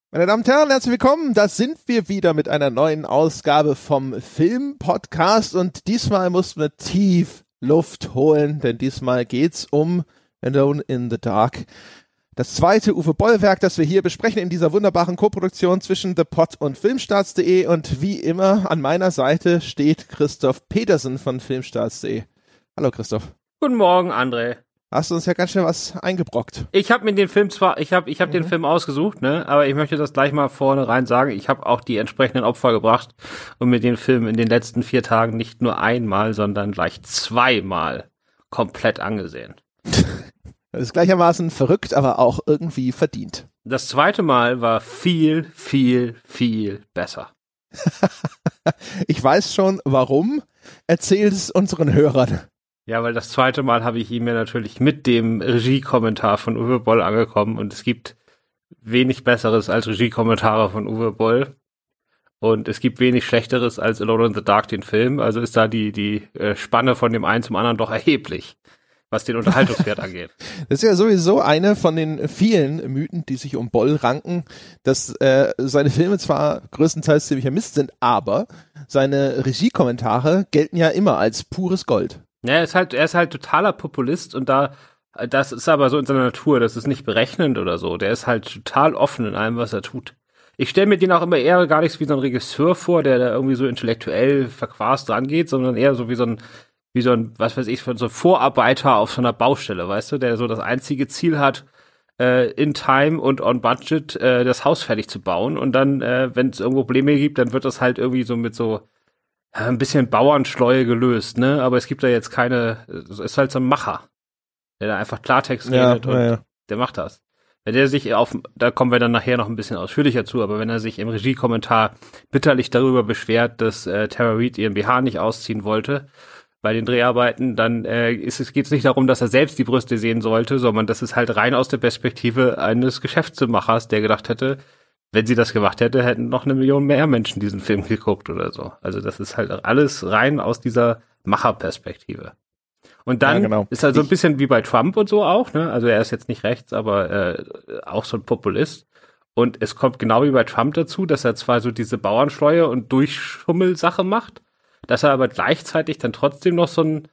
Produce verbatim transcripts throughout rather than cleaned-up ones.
Meine Damen und Herren, herzlich willkommen. Da sind wir wieder mit einer neuen Ausgabe vom Film-Podcast und diesmal mussten wir tief Luft holen, denn diesmal geht's um Alone in the Dark. Das zweite Uwe Boll-Werk, das wir hier besprechen in dieser wunderbaren Koproduktion zwischen The Pod und Filmstarts punkt de und wie immer an meiner Seite steht Christoph Petersen von Filmstarts punkt de. Hallo Christoph. Guten Morgen, André. Hast du uns ja ganz schön was eingebrockt. Ich habe mir den Film zwar, ich habe ich hab mhm. den Film ausgesucht, ne, aber ich möchte das gleich mal vornherein sagen, ich habe auch die entsprechenden Opfer gebracht und mir den Film in den letzten vier Tagen nicht nur einmal, sondern gleich zweimal komplett angesehen. Das ist gleichermaßen verrückt, aber auch irgendwie verdient. Das zweite Mal war viel, viel, viel besser. Ich weiß schon, warum. Erzähl es unseren Hörern. Ja, weil das zweite Mal habe ich ihn mir natürlich mit dem Regiekommentar von Uwe Boll angekommen und es gibt wenig Besseres als Regiekommentare von Uwe Boll und es gibt wenig Schlechteres als Alone in the Dark, den Film, also ist da die die äh, Spanne von dem einen zum anderen doch erheblich, was den Unterhaltungswert angeht. Das ist ja sowieso eine von den vielen Mythen, die sich um Boll ranken, dass äh, seine Filme zwar größtenteils ziemlicher Mist sind, aber seine Regiekommentare gelten ja immer als pures Gold. Ja, er ist halt, er ist halt totaler Populist und da, das ist aber so in seiner Natur, das ist nicht berechnend oder so. Der ist halt total offen in allem, was er tut. Ich stelle mir den auch immer eher gar nicht wie so ein Regisseur vor, der da irgendwie so intellektuell verquast rangeht, sondern eher so wie so ein, wie so ein, was weiß ich, so ein Vorarbeiter auf so einer Baustelle, weißt du, der so das einzige Ziel hat, äh, in time und on budget äh, das Haus fertig zu bauen und dann, äh, wenn es irgendwo Probleme gibt, dann wird das halt irgendwie so mit so ein bisschen Bauernschleue gelöst, ne? Aber es gibt da jetzt keine, es ist halt so ein Macher, der da einfach Klartext ja, redet und ja, ja. der macht das. Wenn der sich auf, da kommen wir dann nachher noch ein bisschen ausführlicher zu, aber wenn er sich im Regiekommentar bitterlich darüber beschwert, dass äh, Tara Reid ihren B H nicht ausziehen wollte bei den Dreharbeiten, dann äh, ist es, geht es nicht darum, dass er selbst die Brüste sehen sollte, sondern das ist halt rein aus der Perspektive eines Geschäftsmachers, der gedacht hätte, wenn sie das gemacht hätte, hätten noch eine Million mehr Menschen diesen Film geguckt oder so. Also das ist halt alles rein aus dieser Macherperspektive. Und dann ja, genau. ist er so ein bisschen wie bei Trump und so auch, ne? Also er ist jetzt nicht rechts, aber äh, auch so ein Populist. Und es kommt genau wie bei Trump dazu, dass er zwar so diese Bauernschleue und Durchschummelsache macht, dass er aber gleichzeitig dann trotzdem noch so ein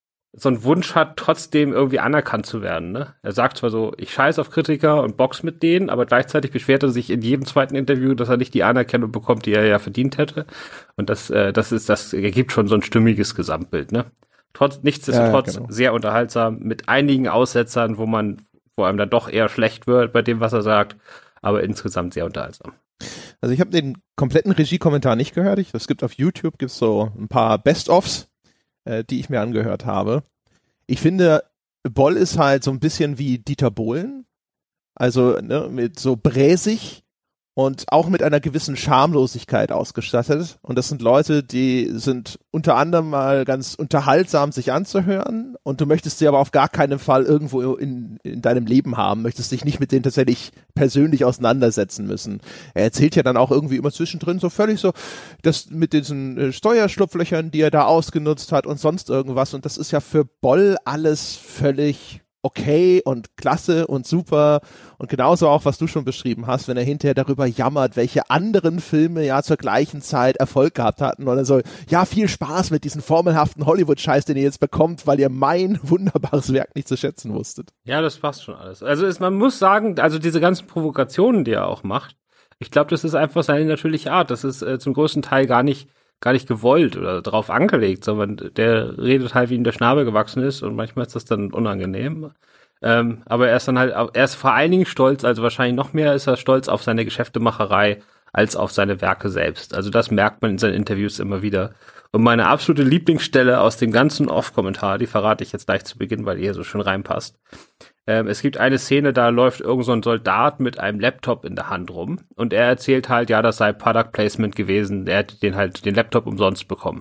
so einen Wunsch hat, trotzdem irgendwie anerkannt zu werden, ne? Er sagt zwar so, ich scheiß auf Kritiker und box mit denen, aber gleichzeitig beschwert er sich in jedem zweiten Interview, dass er nicht die Anerkennung bekommt, die er ja verdient hätte. Und das, äh, das ist, das ergibt schon so ein stimmiges Gesamtbild, ne? Trotz, nichtsdestotrotz ja, genau. Sehr unterhaltsam, mit einigen Aussetzern, wo man, wo einem dann doch eher schlecht wird bei dem, was er sagt, aber insgesamt sehr unterhaltsam. Also ich habe den kompletten Regiekommentar nicht gehört. Ich, es gibt auf YouTube gibt's so ein paar Best-ofs, die ich mir angehört habe. Ich finde, Boll ist halt so ein bisschen wie Dieter Bohlen, also ne, mit so bräsig und auch mit einer gewissen Schamlosigkeit ausgestattet. Und das sind Leute, die sind unter anderem mal ganz unterhaltsam sich anzuhören und du möchtest sie aber auf gar keinen Fall irgendwo in, in deinem Leben haben, möchtest dich nicht mit denen tatsächlich persönlich auseinandersetzen müssen. Er erzählt ja dann auch irgendwie immer zwischendrin so völlig so, das mit diesen äh, Steuerschlupflöchern, die er da ausgenutzt hat und sonst irgendwas. Und das ist ja für Boll alles völlig okay und klasse und super und genauso auch, was du schon beschrieben hast, wenn er hinterher darüber jammert, welche anderen Filme ja zur gleichen Zeit Erfolg gehabt hatten und er soll, ja, viel Spaß mit diesem formelhaften Hollywood-Scheiß, den ihr jetzt bekommt, weil ihr mein wunderbares Werk nicht zu schätzen wusstet. Ja, das passt schon alles. Also ist, man muss sagen, also diese ganzen Provokationen, die er auch macht, ich glaube, das ist einfach seine natürliche Art. Das ist äh, zum größten Teil gar nicht gar nicht gewollt oder drauf angelegt, sondern der redet halt, wie ihm der Schnabel gewachsen ist und manchmal ist das dann unangenehm. Ähm, aber er ist dann halt, er ist vor allen Dingen stolz, also wahrscheinlich noch mehr ist er stolz auf seine Geschäftemacherei als auf seine Werke selbst. Also das merkt man in seinen Interviews immer wieder. Und meine absolute Lieblingsstelle aus dem ganzen Off-Kommentar, die verrate ich jetzt gleich zu Beginn, weil ihr so schön reinpasst. Ähm, es gibt eine Szene, da läuft irgend so ein Soldat mit einem Laptop in der Hand rum und er erzählt halt, ja, das sei Product Placement gewesen, er hätte den halt den Laptop umsonst bekommen.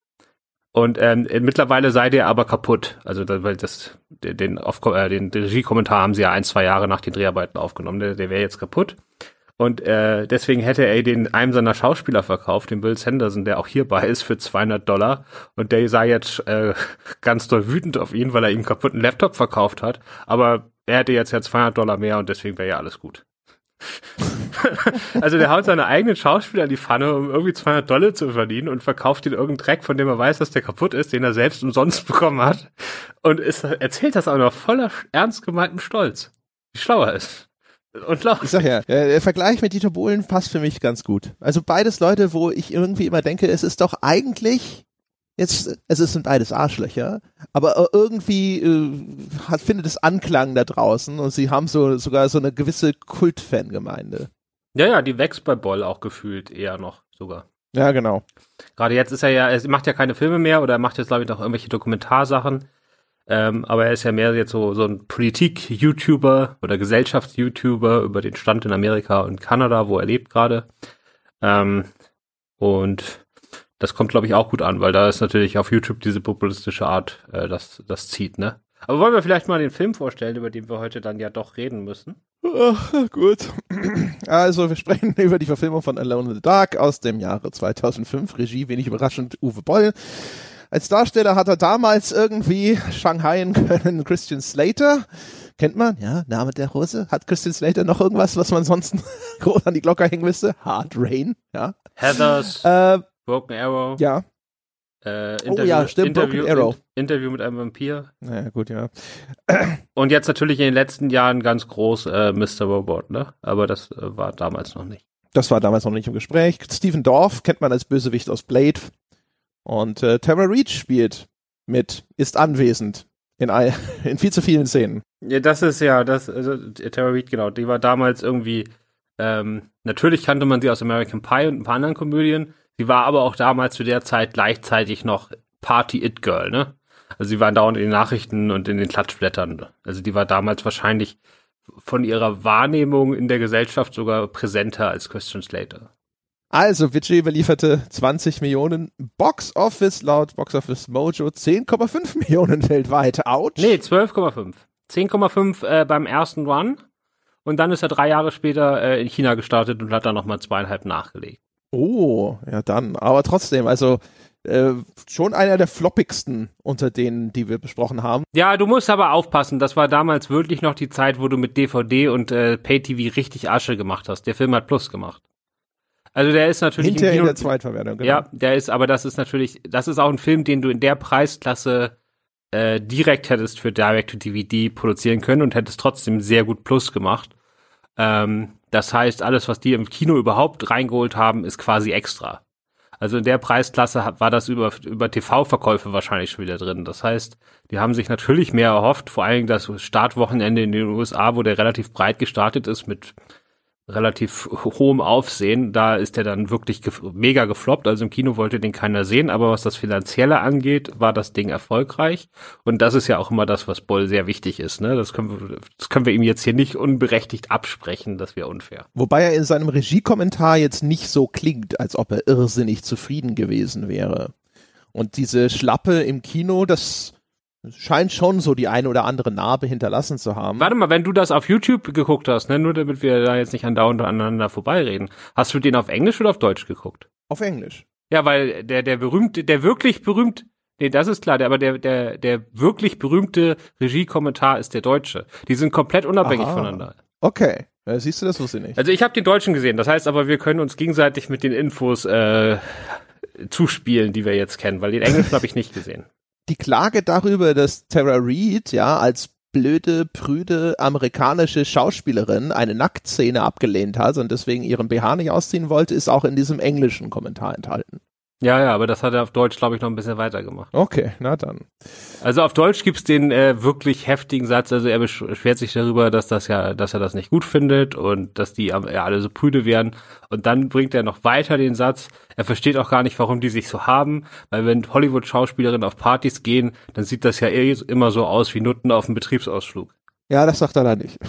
Und ähm, mittlerweile sei der aber kaputt. Also weil das den den, Off- äh, den, den Regiekommentar haben sie ja ein, zwei Jahre nach den Dreharbeiten aufgenommen, der, der wäre jetzt kaputt. Und äh, deswegen hätte er den einem seiner Schauspieler verkauft, den Bill Sanderson, der auch hierbei ist, für zweihundert Dollar. Und der sei jetzt äh, ganz doll wütend auf ihn, weil er ihm einen kaputten Laptop verkauft hat. Aber er hätte jetzt ja zweihundert Dollar mehr und deswegen wäre ja alles gut. Also der haut seine eigenen Schauspieler in die Pfanne, um irgendwie zweihundert Dollar zu verdienen und verkauft ihn irgendeinen Dreck, von dem er weiß, dass der kaputt ist, den er selbst umsonst bekommen hat. Und ist, erzählt das auch noch voller ernst gemeintem Stolz. Wie schlau er ist. Und ich sag ja, der Vergleich mit Dieter Bohlen passt für mich ganz gut. Also beides Leute, wo ich irgendwie immer denke, es ist doch eigentlich, jetzt, es sind beides Arschlöcher, aber irgendwie äh, hat, findet es Anklang da draußen und sie haben so sogar so eine gewisse Kult-Fangemeinde. Ja, ja, die wächst bei Boll auch gefühlt eher noch sogar. Ja, genau. Gerade jetzt ist er ja, er macht ja keine Filme mehr oder er macht jetzt, glaube ich, noch irgendwelche Dokumentarsachen. Ähm, aber er ist ja mehr jetzt so, so ein Politik-YouTuber oder Gesellschafts-YouTuber über den Stand in Amerika und Kanada, wo er lebt gerade. Ähm, und das kommt, glaube ich, auch gut an, weil da ist natürlich auf YouTube diese populistische Art, äh, das, das zieht, ne? Aber wollen wir vielleicht mal den Film vorstellen, über den wir heute dann ja doch reden müssen? Ach, gut. Also, wir sprechen über die Verfilmung von Alone in the Dark aus dem Jahre zweitausendfünf. Regie, wenig überraschend, Uwe Boll. Als Darsteller hat er damals irgendwie Shanghaien können Christian Slater. Kennt man? Ja, Name der Hose. Hat Christian Slater noch irgendwas, was man sonst groß an die Glocke hängen müsste? Hard Rain, ja. Heathers, äh, Broken Arrow. Ja. Äh, Interview, oh ja, stimmt, Interview, Broken Arrow. In, Interview mit einem Vampir. Naja, gut, ja. Und jetzt natürlich in den letzten Jahren ganz groß äh, Mister Robot, ne? Aber das äh, war damals noch nicht. Das war damals noch nicht im Gespräch. Stephen Dorff kennt man als Bösewicht aus Blade. Und äh, Tara Reid spielt mit, ist anwesend in, all, in viel zu vielen Szenen. Ja, das ist ja, das, also Tara Reid, genau, die war damals irgendwie, ähm, natürlich kannte man sie aus American Pie und ein paar anderen Komödien. Sie war aber auch damals zu der Zeit gleichzeitig noch Party-It-Girl, ne? Also sie war dauernd in den Nachrichten und in den Klatschblättern. Also die war damals wahrscheinlich von ihrer Wahrnehmung in der Gesellschaft sogar präsenter als Christian Slater. Also, Budget überlieferte zwanzig Millionen, Box Office laut Box Office Mojo zehn Komma fünf Millionen weltweit. Autsch. Nee, zwölf Komma fünf. zehn Komma fünf äh, beim ersten Run und dann ist er drei Jahre später äh, in China gestartet und hat dann nochmal zweieinhalb nachgelegt. Oh, ja dann. Aber trotzdem, also äh, schon einer der floppigsten unter denen, die wir besprochen haben. Ja, du musst aber aufpassen, das war damals wirklich noch die Zeit, wo du mit D V D und äh, Pay-T V richtig Asche gemacht hast. Der Film hat Plus gemacht. Also der ist natürlich hinterher im Kino, in der Zweitverwertung, genau. Ja, der ist, aber das ist natürlich, das ist auch ein Film, den du in der Preisklasse äh, direkt hättest für Direct-to-D V D produzieren können und hättest trotzdem sehr gut Plus gemacht. Ähm, das heißt, alles, was die im Kino überhaupt reingeholt haben, ist quasi extra. Also in der Preisklasse war das über, über T V-Verkäufe wahrscheinlich schon wieder drin. Das heißt, die haben sich natürlich mehr erhofft, vor allem das Startwochenende in den U S A, wo der relativ breit gestartet ist mit relativ hohem Aufsehen, da ist der dann wirklich gef- mega gefloppt, also im Kino wollte den keiner sehen, aber was das Finanzielle angeht, war das Ding erfolgreich und das ist ja auch immer das, was Boll sehr wichtig ist, ne? Das können wir, das können wir ihm jetzt hier nicht unberechtigt absprechen, das wäre unfair. Wobei er in seinem Regiekommentar jetzt nicht so klingt, als ob er irrsinnig zufrieden gewesen wäre. Und diese Schlappe im Kino, das scheint schon so die eine oder andere Narbe hinterlassen zu haben. Warte mal, wenn du das auf YouTube geguckt hast, ne, nur damit wir da jetzt nicht andauernd aneinander vorbeireden, hast du den auf Englisch oder auf Deutsch geguckt? Auf Englisch. Ja, weil der der berühmte, der wirklich berühmt, nee, das ist klar, der, aber der der der wirklich berühmte Regiekommentar ist der deutsche. Die sind komplett unabhängig Aha. voneinander. Okay, ja, siehst du, das wusste ich nicht. Also ich habe den deutschen gesehen, das heißt aber, wir können uns gegenseitig mit den Infos äh, zuspielen, die wir jetzt kennen, weil den englischen habe ich nicht gesehen. Die Klage darüber, dass Tara Reid ja als blöde, prüde amerikanische Schauspielerin eine Nacktszene abgelehnt hat und deswegen ihren B H nicht ausziehen wollte, ist auch in diesem englischen Kommentar enthalten. Ja, ja, aber das hat er auf Deutsch, glaube ich, noch ein bisschen weitergemacht. Okay, na dann. Also auf Deutsch gibt's den äh, wirklich heftigen Satz, also er beschwert sich darüber, dass das ja, dass er das nicht gut findet und dass die ja alle so prüde wären. Und dann bringt er noch weiter den Satz, er versteht auch gar nicht, warum die sich so haben, weil wenn Hollywood-Schauspielerinnen auf Partys gehen, dann sieht das ja eh immer so aus wie Nutten auf einem Betriebsausflug. Ja, das sagt er da nicht.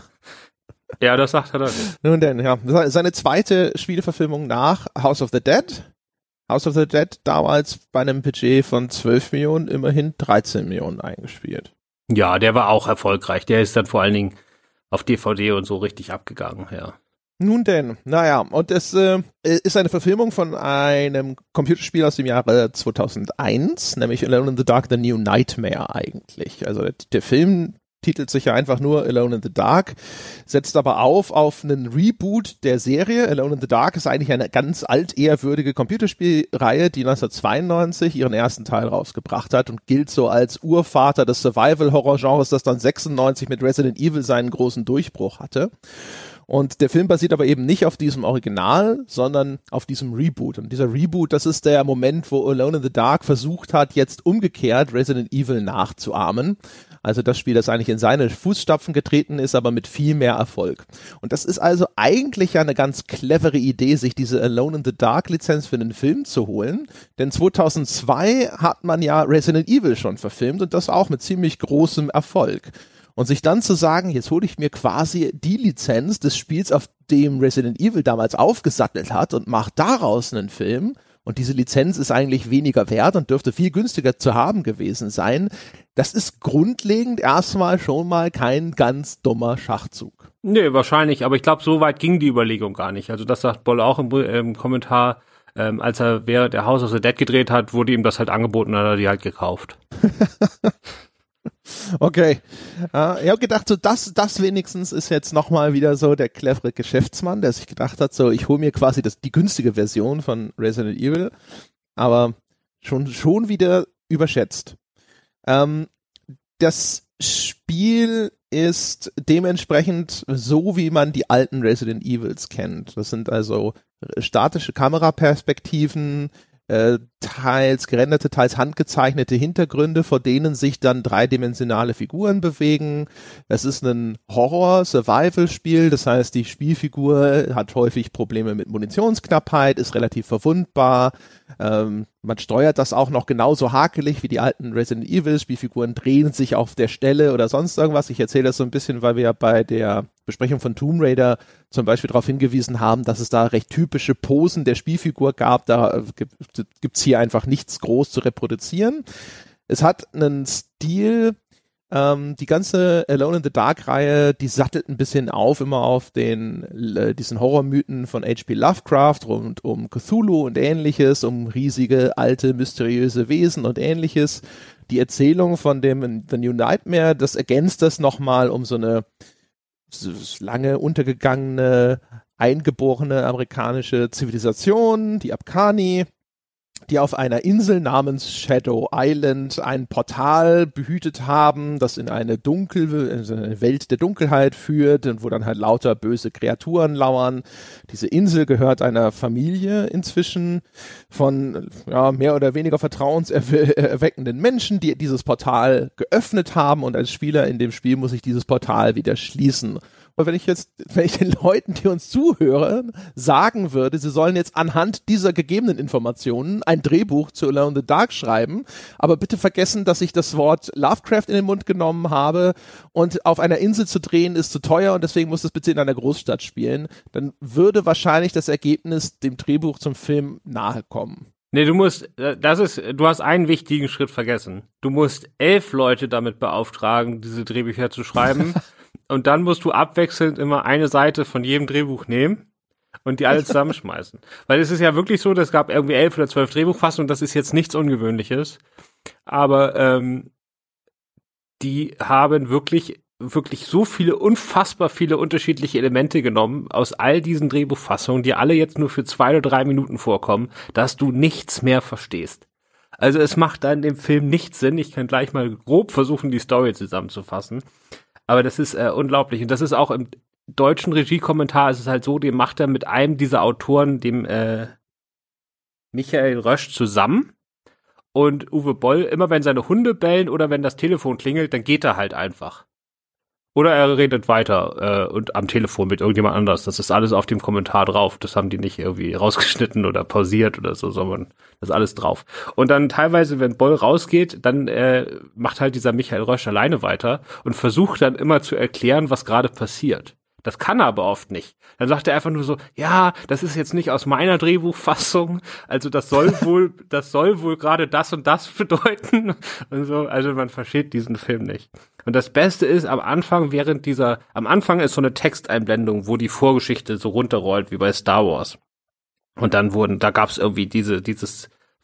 Ja, das sagt er da nicht. Nun denn, ja. Seine zweite Spieleverfilmung nach House of the Dead. House of the Dead damals bei einem Budget von zwölf Millionen immerhin dreizehn Millionen eingespielt. Ja, der war auch erfolgreich. Der ist dann vor allen Dingen auf D V D und so richtig abgegangen, ja. Nun denn, naja, und es äh, ist eine Verfilmung von einem Computerspiel aus dem Jahre zweitausendeins, nämlich Alone in the Dark, The New Nightmare eigentlich. Also der, der Film titelt sich ja einfach nur Alone in the Dark, setzt aber auf auf einen Reboot der Serie. Alone in the Dark ist eigentlich eine ganz altehrwürdige Computerspielreihe, die neunzehnhundertzweiundneunzig ihren ersten Teil rausgebracht hat und gilt so als Urvater des Survival-Horror-Genres, das dann sechsundneunzig mit Resident Evil seinen großen Durchbruch hatte. Und der Film basiert aber eben nicht auf diesem Original, sondern auf diesem Reboot. Und dieser Reboot, das ist der Moment, wo Alone in the Dark versucht hat, jetzt umgekehrt Resident Evil nachzuahmen. Also das Spiel, das eigentlich in seine Fußstapfen getreten ist, aber mit viel mehr Erfolg. Und das ist also eigentlich ja eine ganz clevere Idee, sich diese Alone in the Dark Lizenz für einen Film zu holen. Denn zweitausendzwei hat man ja Resident Evil schon verfilmt und das auch mit ziemlich großem Erfolg. Und sich dann zu sagen, jetzt hole ich mir quasi die Lizenz des Spiels, auf dem Resident Evil damals aufgesattelt hat und mache daraus einen Film. Und diese Lizenz ist eigentlich weniger wert und dürfte viel günstiger zu haben gewesen sein. Das ist grundlegend erstmal schon mal kein ganz dummer Schachzug. Nee, wahrscheinlich. Aber ich glaube, so weit ging die Überlegung gar nicht. Also das sagt Boll auch im, im Kommentar. Ähm, als er während der House of the Dead gedreht hat, wurde ihm das halt angeboten und hat er die halt gekauft. Okay. Uh, ich habe gedacht, so das, das wenigstens ist jetzt nochmal wieder so der clevere Geschäftsmann, der sich gedacht hat, so ich hole mir quasi das, die günstige Version von Resident Evil, aber schon, schon wieder überschätzt. Ähm, das Spiel ist dementsprechend so, wie man die alten Resident Evils kennt. Das sind also statische Kameraperspektiven, Äh, teils gerenderte, teils handgezeichnete Hintergründe, vor denen sich dann dreidimensionale Figuren bewegen. Es ist ein Horror-Survival-Spiel, das heißt, die Spielfigur hat häufig Probleme mit Munitionsknappheit, ist relativ verwundbar. Ähm, man steuert das auch noch genauso hakelig wie die alten Resident Evil. Spielfiguren drehen sich auf der Stelle oder sonst irgendwas. Ich erzähle das so ein bisschen, weil wir ja bei der Besprechung von Tomb Raider zum Beispiel darauf hingewiesen haben, dass es da recht typische Posen der Spielfigur gab. Da gibt's hier einfach nichts groß zu reproduzieren. Es hat einen Stil, ähm, die ganze Alone in the Dark Reihe, die sattelt ein bisschen auf, immer auf den äh, diesen Horrormythen von H P Lovecraft rund um Cthulhu und ähnliches, um riesige, alte, mysteriöse Wesen und ähnliches. Die Erzählung von dem The New Nightmare, das ergänzt das nochmal um so eine lange untergegangene, eingeborene amerikanische Zivilisation, die Abkhani, die auf einer Insel namens Shadow Island ein Portal behütet haben, das in eine Dunkel, also eine Welt der Dunkelheit führt und wo dann halt lauter böse Kreaturen lauern. Diese Insel gehört einer Familie inzwischen von ja, mehr oder weniger vertrauenserweckenden Menschen, die dieses Portal geöffnet haben, und als Spieler in dem Spiel muss ich dieses Portal wieder schließen. Und wenn ich jetzt, wenn ich den Leuten, die uns zuhören, sagen würde, sie sollen jetzt anhand dieser gegebenen Informationen ein Drehbuch zu Alone in the Dark schreiben, aber bitte vergessen, dass ich das Wort Lovecraft in den Mund genommen habe, und auf einer Insel zu drehen ist zu teuer und deswegen muss es bitte in einer Großstadt spielen, dann würde wahrscheinlich das Ergebnis dem Drehbuch zum Film nahe kommen. Nee, du musst, das ist, du hast einen wichtigen Schritt vergessen. Du musst elf Leute damit beauftragen, diese Drehbücher zu schreiben. Und dann musst du abwechselnd immer eine Seite von jedem Drehbuch nehmen und die alle zusammenschmeißen. Weil es ist ja wirklich so, es gab irgendwie elf oder zwölf Drehbuchfassungen, das ist jetzt nichts Ungewöhnliches. Aber ähm, die haben wirklich, wirklich so viele, unfassbar viele unterschiedliche Elemente genommen aus all diesen Drehbuchfassungen, die alle jetzt nur für zwei oder drei Minuten vorkommen, dass du nichts mehr verstehst. Also es macht dann dem Film nichts Sinn. Ich kann gleich mal grob versuchen, die Story zusammenzufassen. Aber das ist äh, unglaublich. Und das ist auch im deutschen Regiekommentar, ist es halt so, den macht er mit einem dieser Autoren, dem äh, Michael Rösch, zusammen. Und Uwe Boll, immer wenn seine Hunde bellen oder wenn das Telefon klingelt, dann geht er halt einfach. Oder er redet weiter äh, und am Telefon mit irgendjemand anders. Das ist alles auf dem Kommentar drauf. Das haben die nicht irgendwie rausgeschnitten oder pausiert oder so, sondern das ist alles drauf. Und dann teilweise, wenn Boll rausgeht, dann äh, macht halt dieser Michael Rösch alleine weiter und versucht dann immer zu erklären, was gerade passiert. Das kann er aber oft nicht. Dann sagt er einfach nur so, ja, das ist jetzt nicht aus meiner Drehbuchfassung, also das soll wohl, das soll wohl gerade das und das bedeuten und so. Also man versteht diesen Film nicht. Und das Beste ist, am Anfang, während dieser, am Anfang ist so eine Texteinblendung, wo die Vorgeschichte so runterrollt, wie bei Star Wars. Und dann wurden, da gab's irgendwie diese, dieses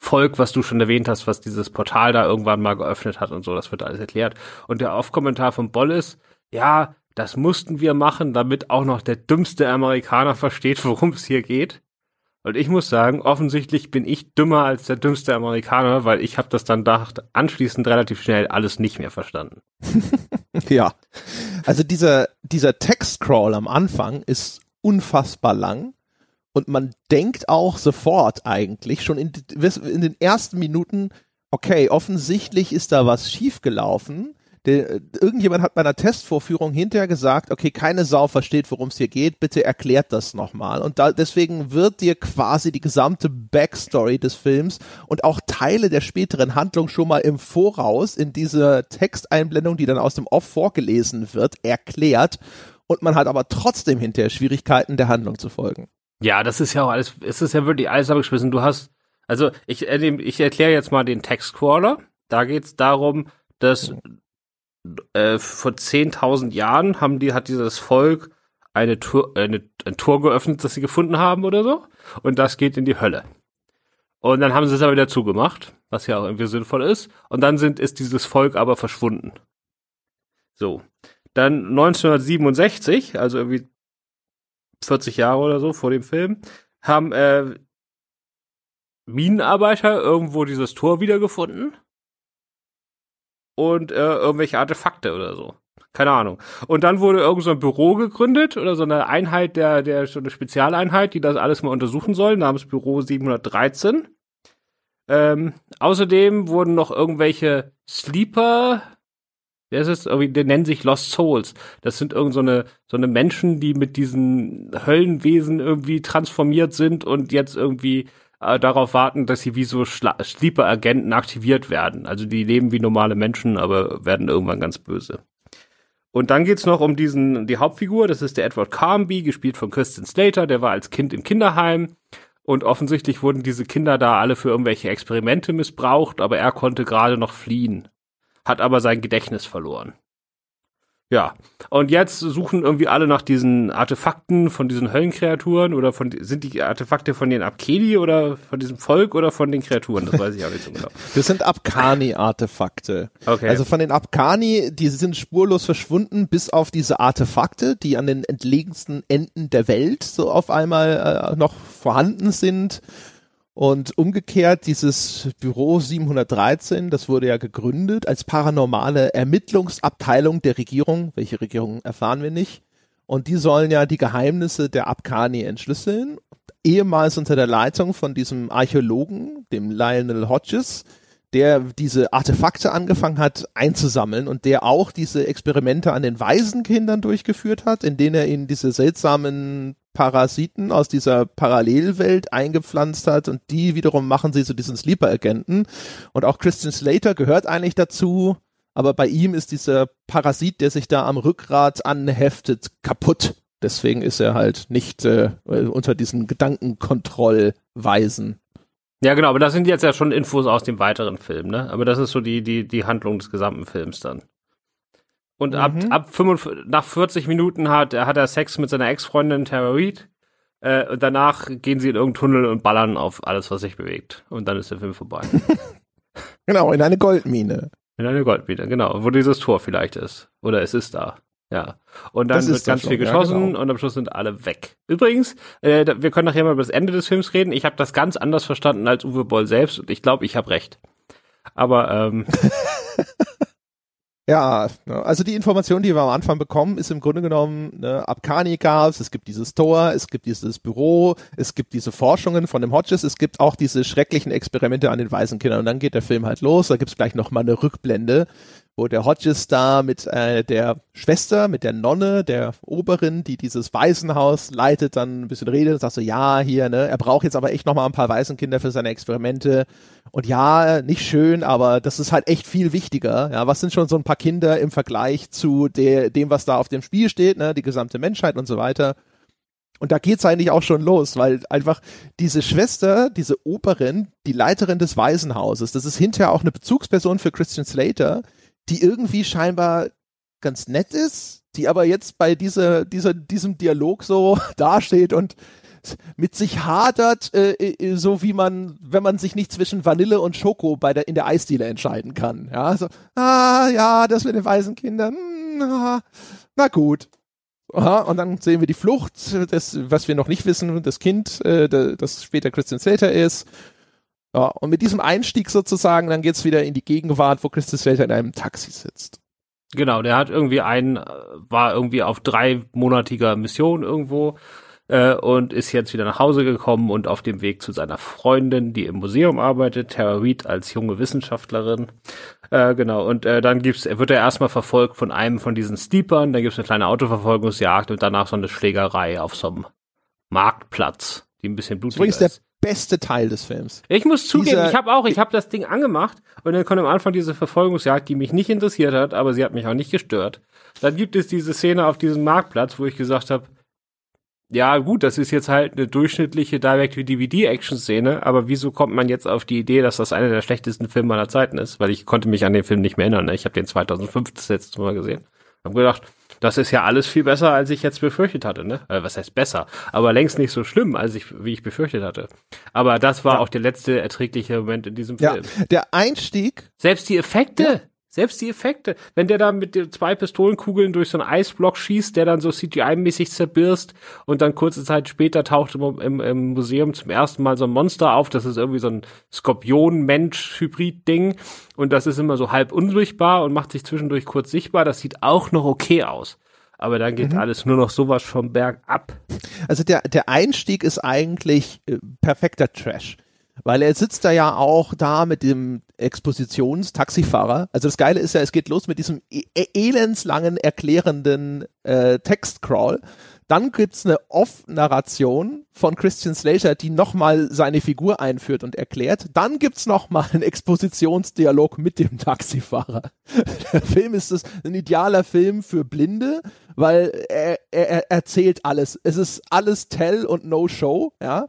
Volk, was du schon erwähnt hast, was dieses Portal da irgendwann mal geöffnet hat und so, das wird alles erklärt. Und der Off-Kommentar von Boll ist, ja, das mussten wir machen, damit auch noch der dümmste Amerikaner versteht, worum es hier geht. Und ich muss sagen, offensichtlich bin ich dümmer als der dümmste Amerikaner, weil ich habe das dann gedacht, anschließend relativ schnell alles nicht mehr verstanden. Ja, also dieser, dieser Text-Scroll am Anfang ist unfassbar lang und man denkt auch sofort eigentlich, schon in, in den ersten Minuten, okay, offensichtlich ist da was schiefgelaufen. Der, irgendjemand hat bei einer Testvorführung hinterher gesagt, okay, keine Sau versteht, worum es hier geht, bitte erklärt das nochmal. Und da, deswegen wird dir quasi die gesamte Backstory des Films und auch Teile der späteren Handlung schon mal im Voraus in dieser Texteinblendung, die dann aus dem Off vorgelesen wird, erklärt. Und man hat aber trotzdem hinterher Schwierigkeiten, der Handlung zu folgen. Ja, das ist ja auch alles, es ist ja wirklich alles abgeschmissen. Du hast, also ich, ich erkläre jetzt mal den Textcrawler. Da geht's darum, dass mhm. Äh, vor zehntausend Jahren haben die, hat dieses Volk eine Tor, eine, ein Tor geöffnet, das sie gefunden haben oder so. Und das geht in die Hölle. Und dann haben sie es aber wieder zugemacht, was ja auch irgendwie sinnvoll ist. Und dann sind, ist dieses Volk aber verschwunden. So. Dann neunzehnhundertsiebenundsechzig, also irgendwie vierzig Jahre oder so vor dem Film, haben äh, Minenarbeiter irgendwo dieses Tor wiedergefunden. Und äh, irgendwelche Artefakte oder so. Keine Ahnung. Und dann wurde irgend so ein Büro gegründet oder so eine Einheit, der, der so eine Spezialeinheit, die das alles mal untersuchen soll, namens Büro siebenhundertdreizehn. Ähm, außerdem wurden noch irgendwelche Sleeper, wer ist es? Irgendwie, die nennen sich Lost Souls. Das sind irgend so eine, so eine Menschen, die mit diesen Höllenwesen irgendwie transformiert sind und jetzt irgendwie darauf warten, dass sie wie so Schla- Sleeper-Agenten aktiviert werden. Also die leben wie normale Menschen, aber werden irgendwann ganz böse. Und dann geht's noch um diesen, die Hauptfigur, das ist der Edward Carnby, gespielt von Christian Slater, der war als Kind im Kinderheim und offensichtlich wurden diese Kinder da alle für irgendwelche Experimente missbraucht, aber er konnte gerade noch fliehen, hat aber sein Gedächtnis verloren. Ja, und jetzt suchen irgendwie alle nach diesen Artefakten von diesen Höllenkreaturen oder von, sind die Artefakte von den Abkedi oder von diesem Volk oder von den Kreaturen? Das weiß ich auch nicht so genau. Das sind Abkani-Artefakte. Okay. Also von den Abkani, die sind spurlos verschwunden, bis auf diese Artefakte, die an den entlegensten Enden der Welt so auf einmal äh, noch vorhanden sind. Und umgekehrt, dieses Büro siebenhundertdreizehn, das wurde ja gegründet als paranormale Ermittlungsabteilung der Regierung. Welche Regierung erfahren wir nicht. Und die sollen ja die Geheimnisse der Abkani entschlüsseln. Ehemals unter der Leitung von diesem Archäologen, dem Lionel Hodges, der diese Artefakte angefangen hat einzusammeln und der auch diese Experimente an den Waisenkindern durchgeführt hat, in denen er ihnen diese seltsamen Parasiten aus dieser Parallelwelt eingepflanzt hat und die wiederum machen sie zu diesen Sleeper-Agenten. Und auch Christian Slater gehört eigentlich dazu, aber bei ihm ist dieser Parasit, der sich da am Rückgrat anheftet, kaputt. Deswegen ist er halt nicht äh, unter diesen Gedankenkontrollweisen. Ja, genau, aber das sind jetzt ja schon Infos aus dem weiteren Film, ne? Aber das ist so die, die, die Handlung des gesamten Films dann. Und ab, mhm. ab fünfundvierzig, nach vierzig Minuten hat, hat er Sex mit seiner Ex-Freundin Tara Reid. Äh, und danach gehen sie in irgendeinen Tunnel und ballern auf alles, was sich bewegt. Und dann ist der Film vorbei. Genau, in eine Goldmine. In eine Goldmine, genau. Wo dieses Tor vielleicht ist. Oder es ist da. Ja. Und dann wird ganz viel geschossen, ja, genau. Und am Schluss sind alle weg. Übrigens, äh, wir können nachher mal über das Ende des Films reden. Ich habe das ganz anders verstanden als Uwe Boll selbst. Und ich glaube, ich habe recht. Aber, ähm... Ja, also die Information, die wir am Anfang bekommen, ist im Grunde genommen, ne, Abkani gab's, es gibt dieses Tor, es gibt dieses Büro, es gibt diese Forschungen von dem Hodges, es gibt auch diese schrecklichen Experimente an den Waisenkindern und dann geht der Film halt los, da gibt's gleich nochmal eine Rückblende, wo der Hodges da mit äh, der Schwester, mit der Nonne, der Oberin, die dieses Waisenhaus leitet, dann ein bisschen redet und sagt so, ja, hier, ne, er braucht jetzt aber echt nochmal ein paar Waisenkinder für seine Experimente und ja, nicht schön, aber das ist halt echt viel wichtiger, ja, was sind schon so ein paar Kinder im Vergleich zu der, dem, was da auf dem Spiel steht, ne, die gesamte Menschheit und so weiter. Und da geht's eigentlich auch schon los, weil einfach diese Schwester, diese Oberin, die Leiterin des Waisenhauses, das ist hinterher auch eine Bezugsperson für Christian Slater, die irgendwie scheinbar ganz nett ist, die aber jetzt bei dieser, dieser, diesem Dialog so dasteht und mit sich hadert, äh, so wie man, wenn man sich nicht zwischen Vanille und Schoko bei der, in der Eisdiele entscheiden kann. Ja, so, ah, ja, das mit den weißen Kindern, na, na gut. Aha, und dann sehen wir die Flucht, das, was wir noch nicht wissen, das Kind, äh, das später Christian Slater ist. Ja, und mit diesem Einstieg sozusagen, dann geht's wieder in die Gegenwart, wo Christian Slater in einem Taxi sitzt. Genau, der hat irgendwie einen, war irgendwie auf dreimonatiger Mission irgendwo äh, und ist jetzt wieder nach Hause gekommen und auf dem Weg zu seiner Freundin, die im Museum arbeitet, Tara Reid als junge Wissenschaftlerin. Äh, genau, und äh, dann gibt's, wird er erstmal verfolgt von einem von diesen Steepern, dann gibt's eine kleine Autoverfolgungsjagd und danach so eine Schlägerei auf so einem Marktplatz, die ein bisschen blutiger ist. ist. Beste Teil des Films. Ich muss zugeben, Dieser, ich habe auch, ich habe das Ding angemacht und dann kommt am Anfang diese Verfolgungsjagd, die mich nicht interessiert hat, aber sie hat mich auch nicht gestört. Dann gibt es diese Szene auf diesem Marktplatz, wo ich gesagt habe, ja gut, das ist jetzt halt eine durchschnittliche Direct-to-D V D-Action-Szene, aber wieso kommt man jetzt auf die Idee, dass das einer der schlechtesten Filme aller Zeiten ist? Weil ich konnte mich an den Film nicht mehr erinnern. Ne? Ich habe den zweitausendfünf das letzte Mal gesehen. Hab gedacht, das ist ja alles viel besser, als ich jetzt befürchtet hatte, ne? Äh, was heißt besser? Aber längst nicht so schlimm, als ich, wie ich befürchtet hatte. Aber das war ja auch der letzte erträgliche Moment in diesem Film. Ja, der Einstieg. Selbst die Effekte. Ja. Selbst die Effekte. Wenn der da mit den zwei Pistolenkugeln durch so einen Eisblock schießt, der dann so C G I-mäßig zerbirst und dann kurze Zeit später taucht im, im, im Museum zum ersten Mal so ein Monster auf. Das ist irgendwie so ein Skorpion-Mensch-Hybrid-Ding. Und das ist immer so halb unsichtbar und macht sich zwischendurch kurz sichtbar. Das sieht auch noch okay aus. Aber dann geht mhm. alles nur noch sowas vom Berg ab. Also der, der Einstieg ist eigentlich äh, perfekter Trash. Weil er sitzt da ja auch da mit dem Expositions-Taxifahrer. Also das Geile ist ja, es geht los mit diesem e- elendslangen, erklärenden äh, Textcrawl. Dann gibt's eine Off-Narration von Christian Slater, die nochmal seine Figur einführt und erklärt. Dann gibt's nochmal einen Expositionsdialog mit dem Taxifahrer. Der Film ist das, ein idealer Film für Blinde, weil er, er, er erzählt alles. Es ist alles Tell und No Show, ja.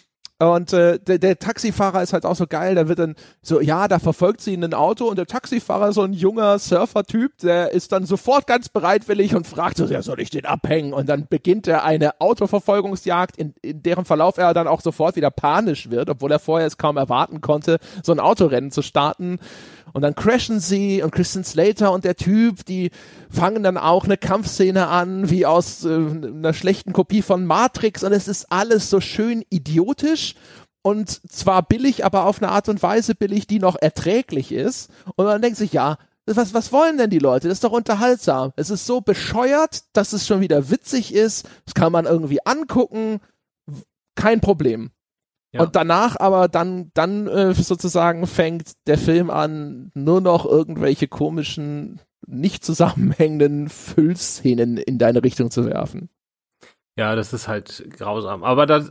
Und äh, der, der Taxifahrer ist halt auch so geil, da wird dann so, ja, da verfolgt sie in ein Auto und der Taxifahrer, so ein junger Surfer-Typ, der ist dann sofort ganz bereitwillig und fragt so, ja, soll ich den abhängen? Und dann beginnt er eine Autoverfolgungsjagd, in, in deren Verlauf er dann auch sofort wieder panisch wird, obwohl er vorher es kaum erwarten konnte, so ein Autorennen zu starten. Und dann crashen sie und Christian Slater und der Typ, die fangen dann auch eine Kampfszene an, wie aus äh, einer schlechten Kopie von Matrix und es ist alles so schön idiotisch und zwar billig, aber auf eine Art und Weise billig, die noch erträglich ist. Und man denkt sich, ja, was, was wollen denn die Leute? Das ist doch unterhaltsam. Es ist so bescheuert, dass es schon wieder witzig ist. Das kann man irgendwie angucken. Kein Problem. Ja. Und danach aber dann, dann äh, sozusagen fängt der Film an, nur noch irgendwelche komischen, nicht zusammenhängenden Füllszenen in deine Richtung zu werfen. Ja, das ist halt grausam. Aber das,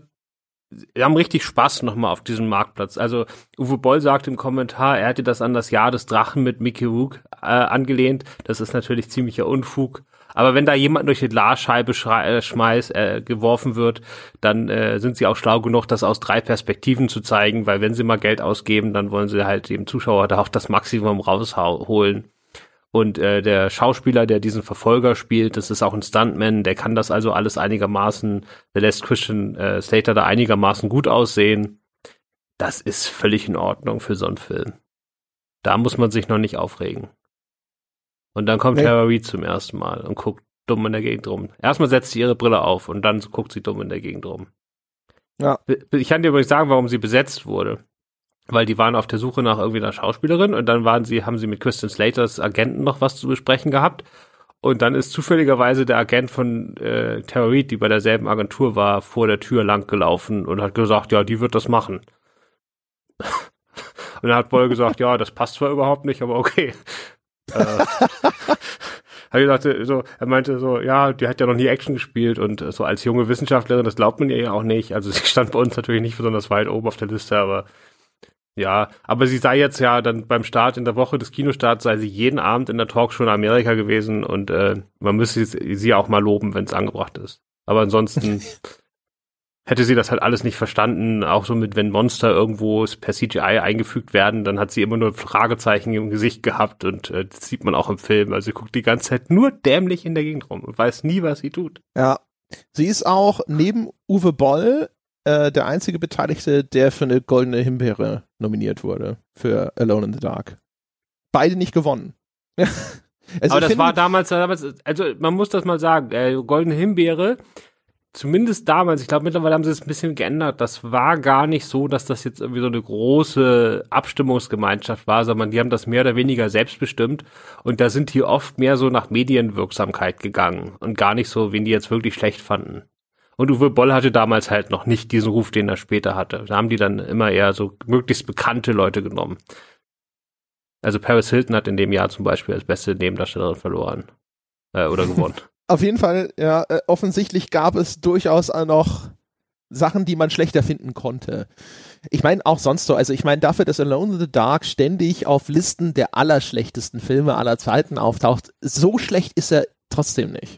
wir haben richtig Spaß nochmal auf diesem Marktplatz. Also Uwe Boll sagt im Kommentar, er hätte das an das Jahr des Drachen mit Mickey Rourke äh, angelehnt. Das ist natürlich ziemlicher Unfug. Aber wenn da jemand durch die Glasscheibe schrei- äh, schmeißt, äh, geworfen wird, dann äh, sind sie auch schlau genug, das aus drei Perspektiven zu zeigen, weil wenn sie mal Geld ausgeben, dann wollen sie halt dem Zuschauer da auch das Maximum rausholen. Und äh, der Schauspieler, der diesen Verfolger spielt, das ist auch ein Stuntman, der kann das also alles einigermaßen, der lässt Christian äh, Slater da einigermaßen gut aussehen. Das ist völlig in Ordnung für so einen Film. Da muss man sich noch nicht aufregen. Und dann kommt nee. Tara Reid zum ersten Mal und guckt dumm in der Gegend rum. Erstmal setzt sie ihre Brille auf und dann guckt sie dumm in der Gegend rum. Ja. Ich kann dir übrigens sagen, warum sie besetzt wurde. Weil die waren auf der Suche nach irgendwie einer Schauspielerin und dann waren sie, haben sie mit Christian Slaters Agenten noch was zu besprechen gehabt. Und dann ist zufälligerweise der Agent von äh, Tara Reid, die bei derselben Agentur war, vor der Tür lang gelaufen und hat gesagt, ja, die wird das machen. Und dann hat Boll gesagt, ja, das passt zwar überhaupt nicht, aber okay. äh, hab ich gedacht, so, er meinte so, ja, die hat ja noch nie Action gespielt und so als junge Wissenschaftlerin, das glaubt man ihr ja auch nicht. Also sie stand bei uns natürlich nicht besonders weit oben auf der Liste, aber ja, aber sie sei jetzt ja dann beim Start in der Woche des Kinostarts, sei sie jeden Abend in der Talkshow in Amerika gewesen und äh, man müsste sie auch mal loben, wenn es angebracht ist. Aber ansonsten hätte sie das halt alles nicht verstanden, auch so mit, wenn Monster irgendwo per C G I eingefügt werden, dann hat sie immer nur Fragezeichen im Gesicht gehabt und äh, das sieht man auch im Film. Also sie guckt die ganze Zeit nur dämlich in der Gegend rum und weiß nie, was sie tut. Ja, sie ist auch neben Uwe Boll äh, der einzige Beteiligte, der für eine goldene Himbeere nominiert wurde, für Alone in the Dark. Beide nicht gewonnen. also Aber das finde, war damals, damals, also man muss das mal sagen, äh, goldene Himbeere, zumindest damals, ich glaube mittlerweile haben sie es ein bisschen geändert, das war gar nicht so, dass das jetzt irgendwie so eine große Abstimmungsgemeinschaft war, sondern die haben das mehr oder weniger selbstbestimmt und da sind die oft mehr so nach Medienwirksamkeit gegangen und gar nicht so, wen die jetzt wirklich schlecht fanden. Und Uwe Boll hatte damals halt noch nicht diesen Ruf, den er später hatte. Da haben die dann immer eher so möglichst bekannte Leute genommen. Also Paris Hilton hat in dem Jahr zum Beispiel als beste Nebendarstellerin verloren. Äh, oder gewonnen. Auf jeden Fall, ja, äh, offensichtlich gab es durchaus auch noch Sachen, die man schlechter finden konnte. Ich meine auch sonst so, also ich meine dafür, dass Alone in the Dark ständig auf Listen der allerschlechtesten Filme aller Zeiten auftaucht, so schlecht ist er trotzdem nicht.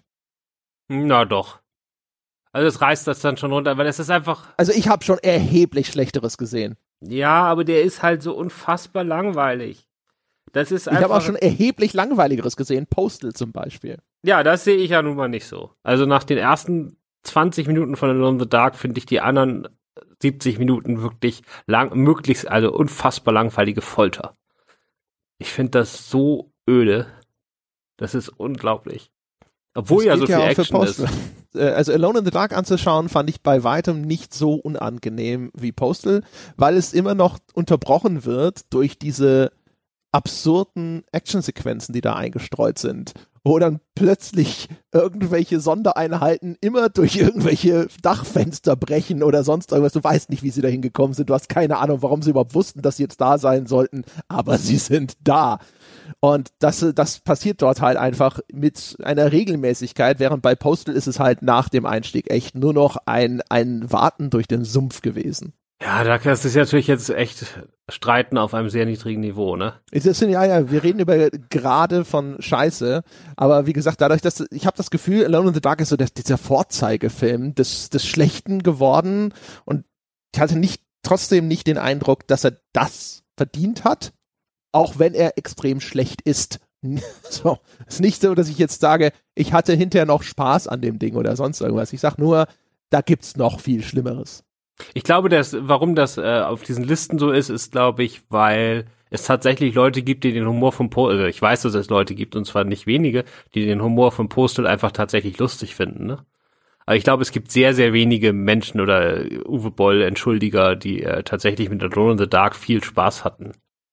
Na doch. Also es reißt das dann schon runter, weil es ist einfach... Also ich habe schon erheblich Schlechteres gesehen. Ja, aber der ist halt so unfassbar langweilig. Das ist einfach... Ich habe auch schon erheblich langweiligeres gesehen, Postal zum Beispiel. Ja, das sehe ich ja nun mal nicht so. Also nach den ersten zwanzig Minuten von Alone in the Dark finde ich die anderen siebzig Minuten wirklich lang, möglichst, also unfassbar langweilige Folter. Ich finde das so öde. Das ist unglaublich. Obwohl das ja so viel ja Action ist. Also Alone in the Dark anzuschauen, fand ich bei weitem nicht so unangenehm wie Postal, weil es immer noch unterbrochen wird durch diese absurden Actionsequenzen, die da eingestreut sind, wo dann plötzlich irgendwelche Sondereinheiten immer durch irgendwelche Dachfenster brechen oder sonst irgendwas. Du weißt nicht, wie sie da hingekommen sind. Du hast keine Ahnung, warum sie überhaupt wussten, dass sie jetzt da sein sollten, aber sie sind da. Und das, das passiert dort halt einfach mit einer Regelmäßigkeit, während bei Postal ist es halt nach dem Einstieg echt nur noch ein, ein Warten durch den Sumpf gewesen. Ja, das ist natürlich jetzt echt Streiten auf einem sehr niedrigen Niveau, ne? Das sind, ja, ja, wir reden über gerade von Scheiße, aber wie gesagt, dadurch, dass ich habe das Gefühl, Alone in the Dark ist so der, dieser Vorzeigefilm des, des Schlechten geworden und ich hatte nicht, trotzdem nicht den Eindruck, dass er das verdient hat, auch wenn er extrem schlecht ist. So, ist nicht so, dass ich jetzt sage, ich hatte hinterher noch Spaß an dem Ding oder sonst irgendwas. Ich sag nur, da gibt's noch viel Schlimmeres. Ich glaube, dass, warum das äh, auf diesen Listen so ist, ist, glaube ich, weil es tatsächlich Leute gibt, die den Humor vom Postal, also ich weiß, dass es Leute gibt, und zwar nicht wenige, die den Humor vom Postal einfach tatsächlich lustig finden, ne? Aber ich glaube, es gibt sehr, sehr wenige Menschen oder Uwe Boll, Entschuldiger, die äh, tatsächlich mit Alone in the Dark viel Spaß hatten.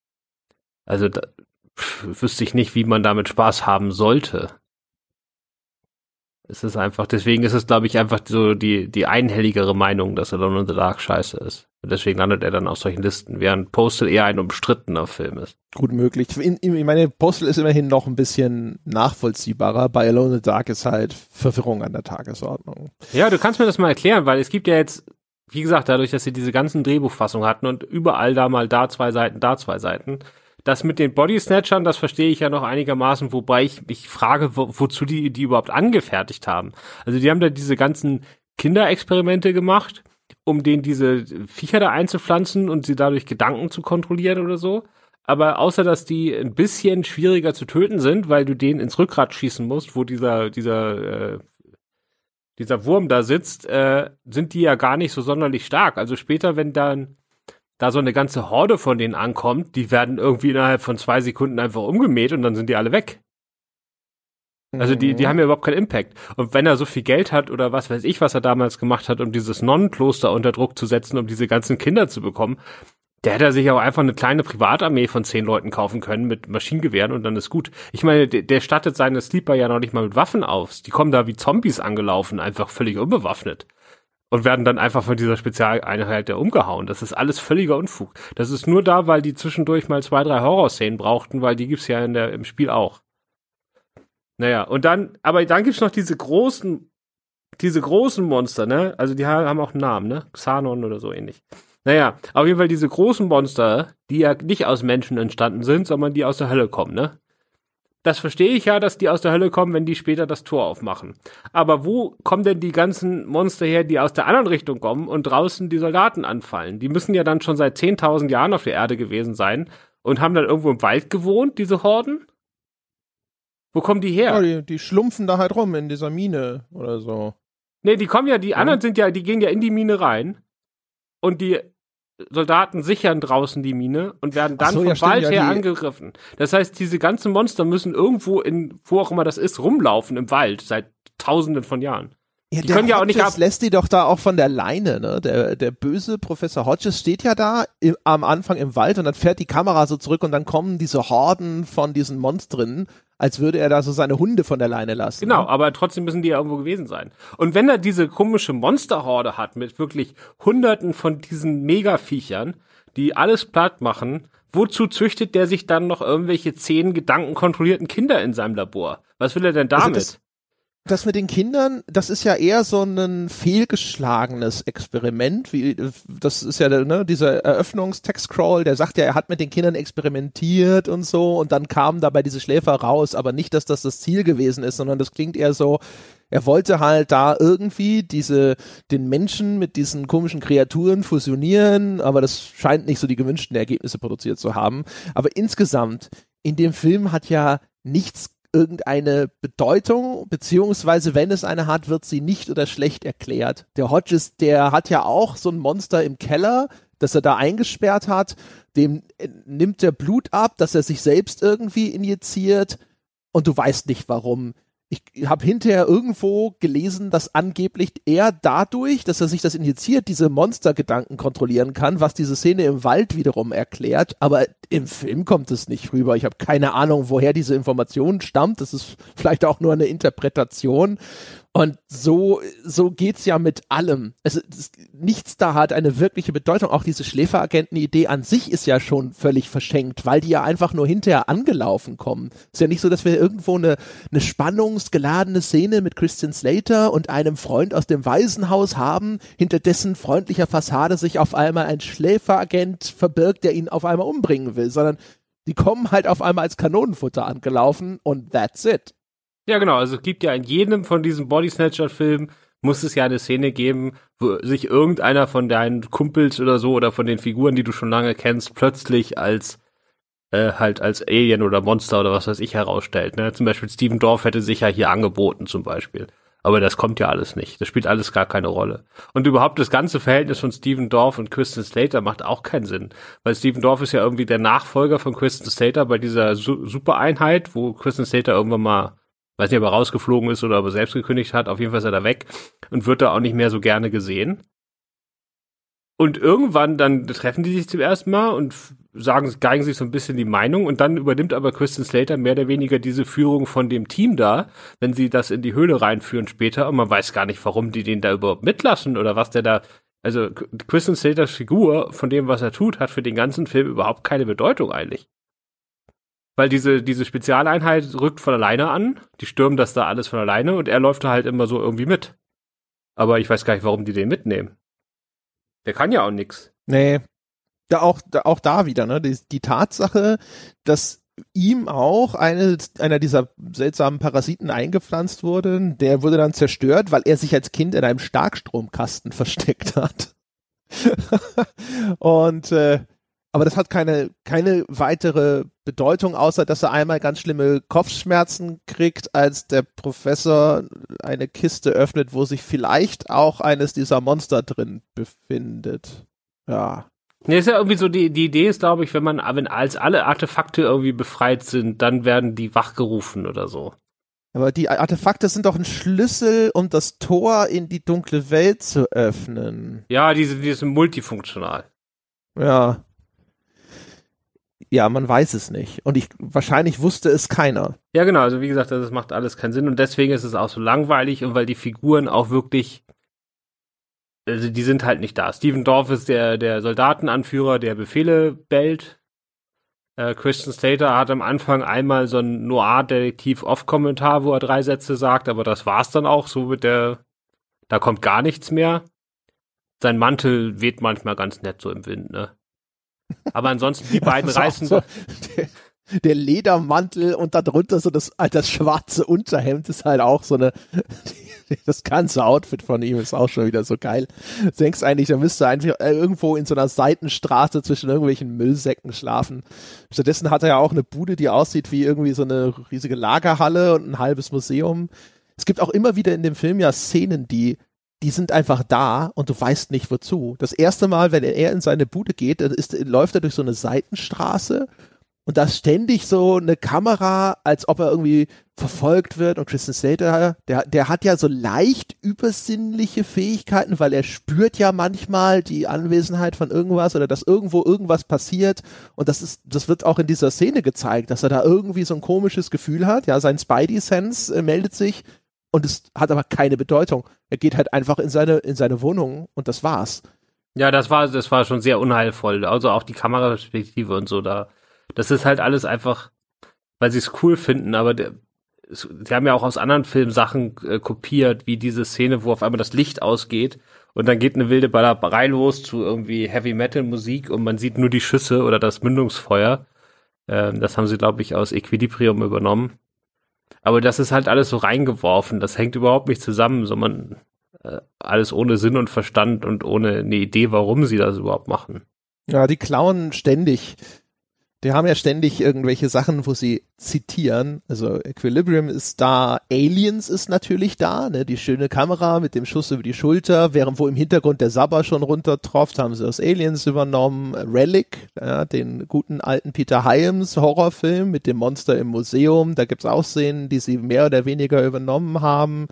Also da pf, wüsste ich nicht, wie man damit Spaß haben sollte. Es ist einfach, deswegen ist es, glaube ich, einfach so die, die einhelligere Meinung, dass Alone in the Dark scheiße ist. Und deswegen landet er dann auf solchen Listen, während Postal eher ein umstrittener Film ist. Gut möglich. Ich meine, Postal ist immerhin noch ein bisschen nachvollziehbarer. Bei Alone in the Dark ist halt Verwirrung an der Tagesordnung. Ja, du kannst mir das mal erklären, weil es gibt ja jetzt, wie gesagt, dadurch, dass sie diese ganzen Drehbuchfassungen hatten und überall da mal da zwei Seiten, da zwei Seiten, das mit den Bodysnatchern, das verstehe ich ja noch einigermaßen, wobei ich mich frage, wo, wozu die die überhaupt angefertigt haben. Also die haben da diese ganzen Kinderexperimente gemacht, um denen diese Viecher da einzupflanzen und sie dadurch Gedanken zu kontrollieren oder so. Aber außer, dass die ein bisschen schwieriger zu töten sind, weil du denen ins Rückgrat schießen musst, wo dieser dieser äh, dieser Wurm da sitzt, äh, sind die ja gar nicht so sonderlich stark. Also später, wenn dann da so eine ganze Horde von denen ankommt, die werden irgendwie innerhalb von zwei Sekunden einfach umgemäht und dann sind die alle weg. Also die, die haben ja überhaupt keinen Impact. Und wenn er so viel Geld hat oder was weiß ich, was er damals gemacht hat, um dieses Nonnenkloster unter Druck zu setzen, um diese ganzen Kinder zu bekommen, der hätte sich auch einfach eine kleine Privatarmee von zehn Leuten kaufen können mit Maschinengewehren und dann ist gut. Ich meine, der, der stattet seine Sleeper ja noch nicht mal mit Waffen aus. Die kommen da wie Zombies angelaufen, einfach völlig unbewaffnet. Und werden dann einfach von dieser Spezialeinheit da umgehauen. Das ist alles völliger Unfug. Das ist nur da, weil die zwischendurch mal zwei, drei Horrorszenen brauchten, weil die gibt's ja in der, im Spiel auch. Naja, und dann, aber dann gibt's noch diese großen, diese großen Monster, ne? Also die haben auch einen Namen, ne? Xanon oder so ähnlich. Naja, auf jeden Fall diese großen Monster, die ja nicht aus Menschen entstanden sind, sondern die aus der Hölle kommen, ne? Das verstehe ich ja, dass die aus der Hölle kommen, wenn die später das Tor aufmachen. Aber wo kommen denn die ganzen Monster her, die aus der anderen Richtung kommen und draußen die Soldaten anfallen? Die müssen ja dann schon seit zehntausend Jahren auf der Erde gewesen sein und haben dann irgendwo im Wald gewohnt, diese Horden? Wo kommen die her? Ja, die, die schlumpfen da halt rum in dieser Mine oder so. Nee, die kommen ja, die ja. anderen sind ja, die gehen ja in die Mine rein und die Soldaten sichern draußen die Mine und werden dann so, vom ja, stimmt, Wald ja, her die- angegriffen. Das heißt, diese ganzen Monster müssen irgendwo in, wo auch immer das ist, rumlaufen im Wald seit tausenden von Jahren. Ja, Die der können ja auch nicht Hodges ab- lässt die doch da auch von der Leine, ne? Der, der böse Professor Hodges steht ja da im, am Anfang im Wald und dann fährt die Kamera so zurück und dann kommen diese Horden von diesen Monstern, als würde er da so seine Hunde von der Leine lassen. Genau, Ne? aber trotzdem müssen die ja irgendwo gewesen sein. Und wenn er diese komische Monsterhorde hat mit wirklich hunderten von diesen Megaviechern, die alles platt machen, wozu züchtet der sich dann noch irgendwelche zehn gedankenkontrollierten Kinder in seinem Labor? Was will er denn damit? Also das, das mit den Kindern, das ist ja eher so ein fehlgeschlagenes Experiment. Wie, das ist ja ne, dieser Eröffnungstext-Scroll, der sagt ja, er hat mit den Kindern experimentiert und so und dann kamen dabei diese Schläfer raus, aber nicht, dass das das Ziel gewesen ist, sondern das klingt eher so, er wollte halt da irgendwie diese, den Menschen mit diesen komischen Kreaturen fusionieren, aber das scheint nicht so die gewünschten Ergebnisse produziert zu haben. Aber insgesamt, in dem Film hat ja nichts irgendeine Bedeutung, beziehungsweise wenn es eine hat, wird sie nicht oder schlecht erklärt. Der Hodges, der hat ja auch so ein Monster im Keller, das er da eingesperrt hat, dem nimmt der Blut ab, dass er sich selbst irgendwie injiziert und du weißt nicht warum. Ich habe hinterher irgendwo gelesen, dass angeblich er dadurch, dass er sich das injiziert, diese Monstergedanken kontrollieren kann, was diese Szene im Wald wiederum erklärt, aber im Film kommt es nicht rüber. Ich habe keine Ahnung, woher diese Information stammt. Das ist vielleicht auch nur eine Interpretation. Und so, so geht's ja mit allem. Also, es, nichts da hat eine wirkliche Bedeutung. Auch diese Schläferagenten-Idee an sich ist ja schon völlig verschenkt, weil die ja einfach nur hinterher angelaufen kommen. Ist ja nicht so, dass wir irgendwo eine, eine spannungsgeladene Szene mit Christian Slater und einem Freund aus dem Waisenhaus haben, hinter dessen freundlicher Fassade sich auf einmal ein Schläferagent verbirgt, der ihn auf einmal umbringen will, sondern die kommen halt auf einmal als Kanonenfutter angelaufen und that's it. Ja, genau. Also es gibt ja in jedem von diesen Body Snatcher-Filmen muss es ja eine Szene geben, wo sich irgendeiner von deinen Kumpels oder so oder von den Figuren, die du schon lange kennst, plötzlich als äh, halt als Alien oder Monster oder was weiß ich herausstellt. Ne? Zum Beispiel Steven Dorff hätte sich ja hier angeboten zum Beispiel. Aber das kommt ja alles nicht. Das spielt alles gar keine Rolle. Und überhaupt das ganze Verhältnis von Steven Dorff und Christian Slater macht auch keinen Sinn. Weil Steven Dorff ist ja irgendwie der Nachfolger von Christian Slater bei dieser Su- Supereinheit, wo Christian Slater irgendwann mal, weiß nicht, ob er rausgeflogen ist oder ob er selbst gekündigt hat, auf jeden Fall ist er da weg und wird da auch nicht mehr so gerne gesehen. Und irgendwann dann treffen die sich zum ersten Mal und sagen, geigen sich so ein bisschen die Meinung und dann übernimmt aber Christian Slater mehr oder weniger diese Führung von dem Team da, wenn sie das in die Höhle reinführen später und man weiß gar nicht, warum die den da überhaupt mitlassen oder was der da, also Christian Slaters Figur von dem, was er tut, hat für den ganzen Film überhaupt keine Bedeutung eigentlich. Weil diese, diese Spezialeinheit rückt von alleine an, die stürmen das da alles von alleine und er läuft da halt immer so irgendwie mit. Aber ich weiß gar nicht, warum die den mitnehmen. Der kann ja auch nix. Nee, da auch, da, auch da wieder, ne, die, die Tatsache, dass ihm auch eine, einer dieser seltsamen Parasiten eingepflanzt wurde, der wurde dann zerstört, weil er sich als Kind in einem Starkstromkasten versteckt hat. Und äh, aber das hat keine, keine weitere Bedeutung, außer dass er einmal ganz schlimme Kopfschmerzen kriegt, als der Professor eine Kiste öffnet, wo sich vielleicht auch eines dieser Monster drin befindet. Ja. Ja, ist ja irgendwie so, die, die Idee ist, glaube ich, wenn man, wenn als alle Artefakte irgendwie befreit sind, dann werden die wachgerufen oder so. Aber die Artefakte sind doch ein Schlüssel, um das Tor in die dunkle Welt zu öffnen. Ja, die, die sind multifunktional. Ja. Ja, man weiß es nicht. Und ich wahrscheinlich wusste es keiner. Ja, genau. Also wie gesagt, das macht alles keinen Sinn und deswegen ist es auch so langweilig und weil die Figuren auch wirklich, also die sind halt nicht da. Steven Dorff ist der der Soldatenanführer, der Befehle bellt. Äh, Christian Slater hat am Anfang einmal so ein Noir-Detektiv-Off-Kommentar, wo er drei Sätze sagt, aber das war's dann auch. So mit der, da kommt gar nichts mehr. Sein Mantel weht manchmal ganz nett so im Wind, ne? Aber ansonsten, die beiden Ja, reißen. so, der, der Ledermantel und darunter so das, das schwarze Unterhemd ist halt auch so eine, das ganze Outfit von ihm ist auch schon wieder so geil. Du denkst eigentlich, er müsste einfach irgendwo in so einer Seitenstraße zwischen irgendwelchen Müllsäcken schlafen. Stattdessen hat er ja auch eine Bude, die aussieht wie irgendwie so eine riesige Lagerhalle und ein halbes Museum. Es gibt auch immer wieder in dem Film ja Szenen, die die sind einfach da und du weißt nicht wozu. Das erste Mal, wenn er in seine Bude geht, dann ist, läuft er durch so eine Seitenstraße und da ist ständig so eine Kamera, als ob er irgendwie verfolgt wird. Und Christian Slater, der, der hat ja so leicht übersinnliche Fähigkeiten, weil er spürt ja manchmal die Anwesenheit von irgendwas oder dass irgendwo irgendwas passiert. Und das ist, das wird auch in dieser Szene gezeigt, dass er da irgendwie so ein komisches Gefühl hat. Ja, sein Spidey-Sense äh, meldet sich und es hat aber keine Bedeutung. Er geht halt einfach in seine, in seine Wohnung und das war's. Ja, das war, das war schon sehr unheilvoll. Also auch die Kameraperspektive und so da. Das ist halt alles einfach, weil sie es cool finden, aber der, es, sie haben ja auch aus anderen Filmen Sachen äh, kopiert, wie diese Szene, wo auf einmal das Licht ausgeht und dann geht eine wilde Ballerei los zu irgendwie Heavy-Metal-Musik und man sieht nur die Schüsse oder das Mündungsfeuer. Ähm, das haben sie, glaube ich, aus Equilibrium übernommen. Aber das ist halt alles so reingeworfen, das hängt überhaupt nicht zusammen, sondern äh, alles ohne Sinn und Verstand und ohne eine Idee, warum sie das überhaupt machen. Ja, die klauen ständig. Die haben ja ständig irgendwelche Sachen, wo sie zitieren. Also Equilibrium ist da, Aliens ist natürlich da, ne? Die schöne Kamera mit dem Schuss über die Schulter, während wo im Hintergrund der Sabber schon runtertropft, haben sie aus Aliens übernommen. Relic, ja, den guten alten Peter Hyams Horrorfilm mit dem Monster im Museum, da gibt's auch Szenen, die sie mehr oder weniger übernommen haben.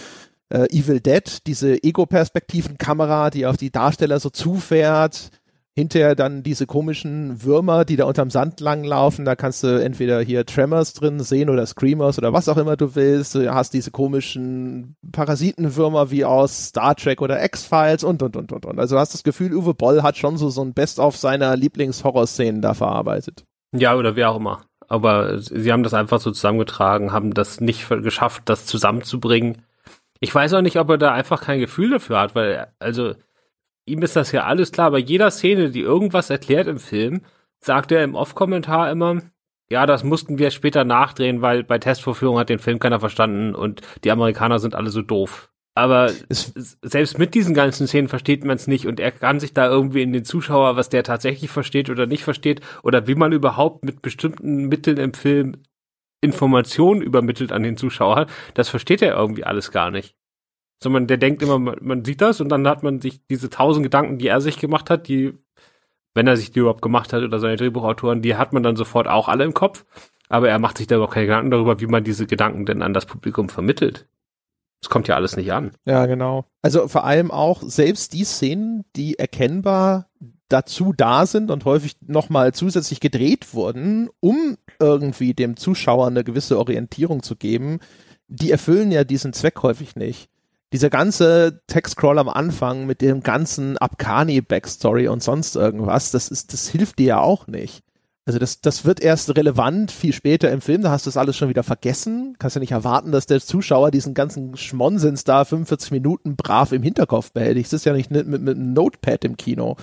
Äh, Evil Dead, diese Ego-Perspektiven-Kamera, die auf die Darsteller so zufährt. Hinterher dann diese komischen Würmer, die da unterm Sand langlaufen, da kannst du entweder hier Tremors drin sehen oder Screamers oder was auch immer du willst. Du hast diese komischen Parasitenwürmer wie aus Star Trek oder X-Files und, und, und, und, und. Also du hast das Gefühl, Uwe Boll hat schon so, so ein Best-of seiner Lieblings-Horror-Szenen da verarbeitet. Ja, oder wie auch immer. Aber sie haben das einfach so zusammengetragen, haben das nicht geschafft, das zusammenzubringen. Ich weiß auch nicht, ob er da einfach kein Gefühl dafür hat, weil, also, ihm ist das ja alles klar. Bei jeder Szene, die irgendwas erklärt im Film, sagt er im Off-Kommentar immer, ja, das mussten wir später nachdrehen, weil bei Testvorführung hat den Film keiner verstanden und die Amerikaner sind alle so doof. Aber es, selbst mit diesen ganzen Szenen versteht man es nicht und er kann sich da irgendwie in den Zuschauer, was der tatsächlich versteht oder nicht versteht oder wie man überhaupt mit bestimmten Mitteln im Film Informationen übermittelt an den Zuschauer, das versteht er irgendwie alles gar nicht. Sondern der denkt immer, man, man sieht das und dann hat man sich diese tausend Gedanken, die er sich gemacht hat, die, wenn er sich die überhaupt gemacht hat oder seine Drehbuchautoren, die hat man dann sofort auch alle im Kopf. Aber er macht sich da überhaupt keine Gedanken darüber, wie man diese Gedanken denn an das Publikum vermittelt. Das kommt ja alles nicht an. Ja, genau. Also vor allem auch selbst die Szenen, die erkennbar dazu da sind und häufig nochmal zusätzlich gedreht wurden, um irgendwie dem Zuschauer eine gewisse Orientierung zu geben, die erfüllen ja diesen Zweck häufig nicht. Dieser ganze Textcrawl am Anfang mit dem ganzen Abkani-Backstory und sonst irgendwas, das ist, das hilft dir ja auch nicht. Also das, das wird erst relevant viel später im Film, da hast du das alles schon wieder vergessen. Kannst ja nicht erwarten, dass der Zuschauer diesen ganzen Schmonsens da fünfundvierzig Minuten brav im Hinterkopf behält. Das ist ja nicht mit, mit, mit einem Notepad im Kino.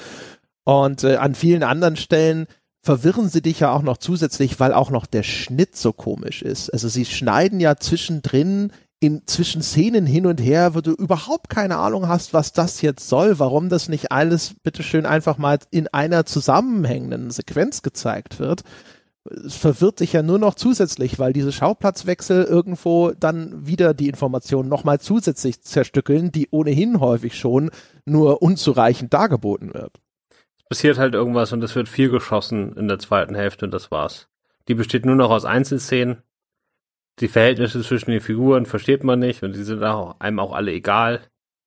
Und äh, an vielen anderen Stellen verwirren sie dich ja auch noch zusätzlich, weil auch noch der Schnitt so komisch ist. Also sie schneiden ja zwischendrin in zwischen Szenen hin und her, wo du überhaupt keine Ahnung hast, was das jetzt soll, warum das nicht alles bitteschön einfach mal in einer zusammenhängenden Sequenz gezeigt wird. Es verwirrt dich ja nur noch zusätzlich, weil diese Schauplatzwechsel irgendwo dann wieder die Informationen nochmal zusätzlich zerstückeln, die ohnehin häufig schon nur unzureichend dargeboten wird. Es passiert halt irgendwas und es wird viel geschossen in der zweiten Hälfte und das war's. Die besteht nur noch aus Einzelszenen. Die Verhältnisse zwischen den Figuren versteht man nicht und die sind auch, einem auch alle egal.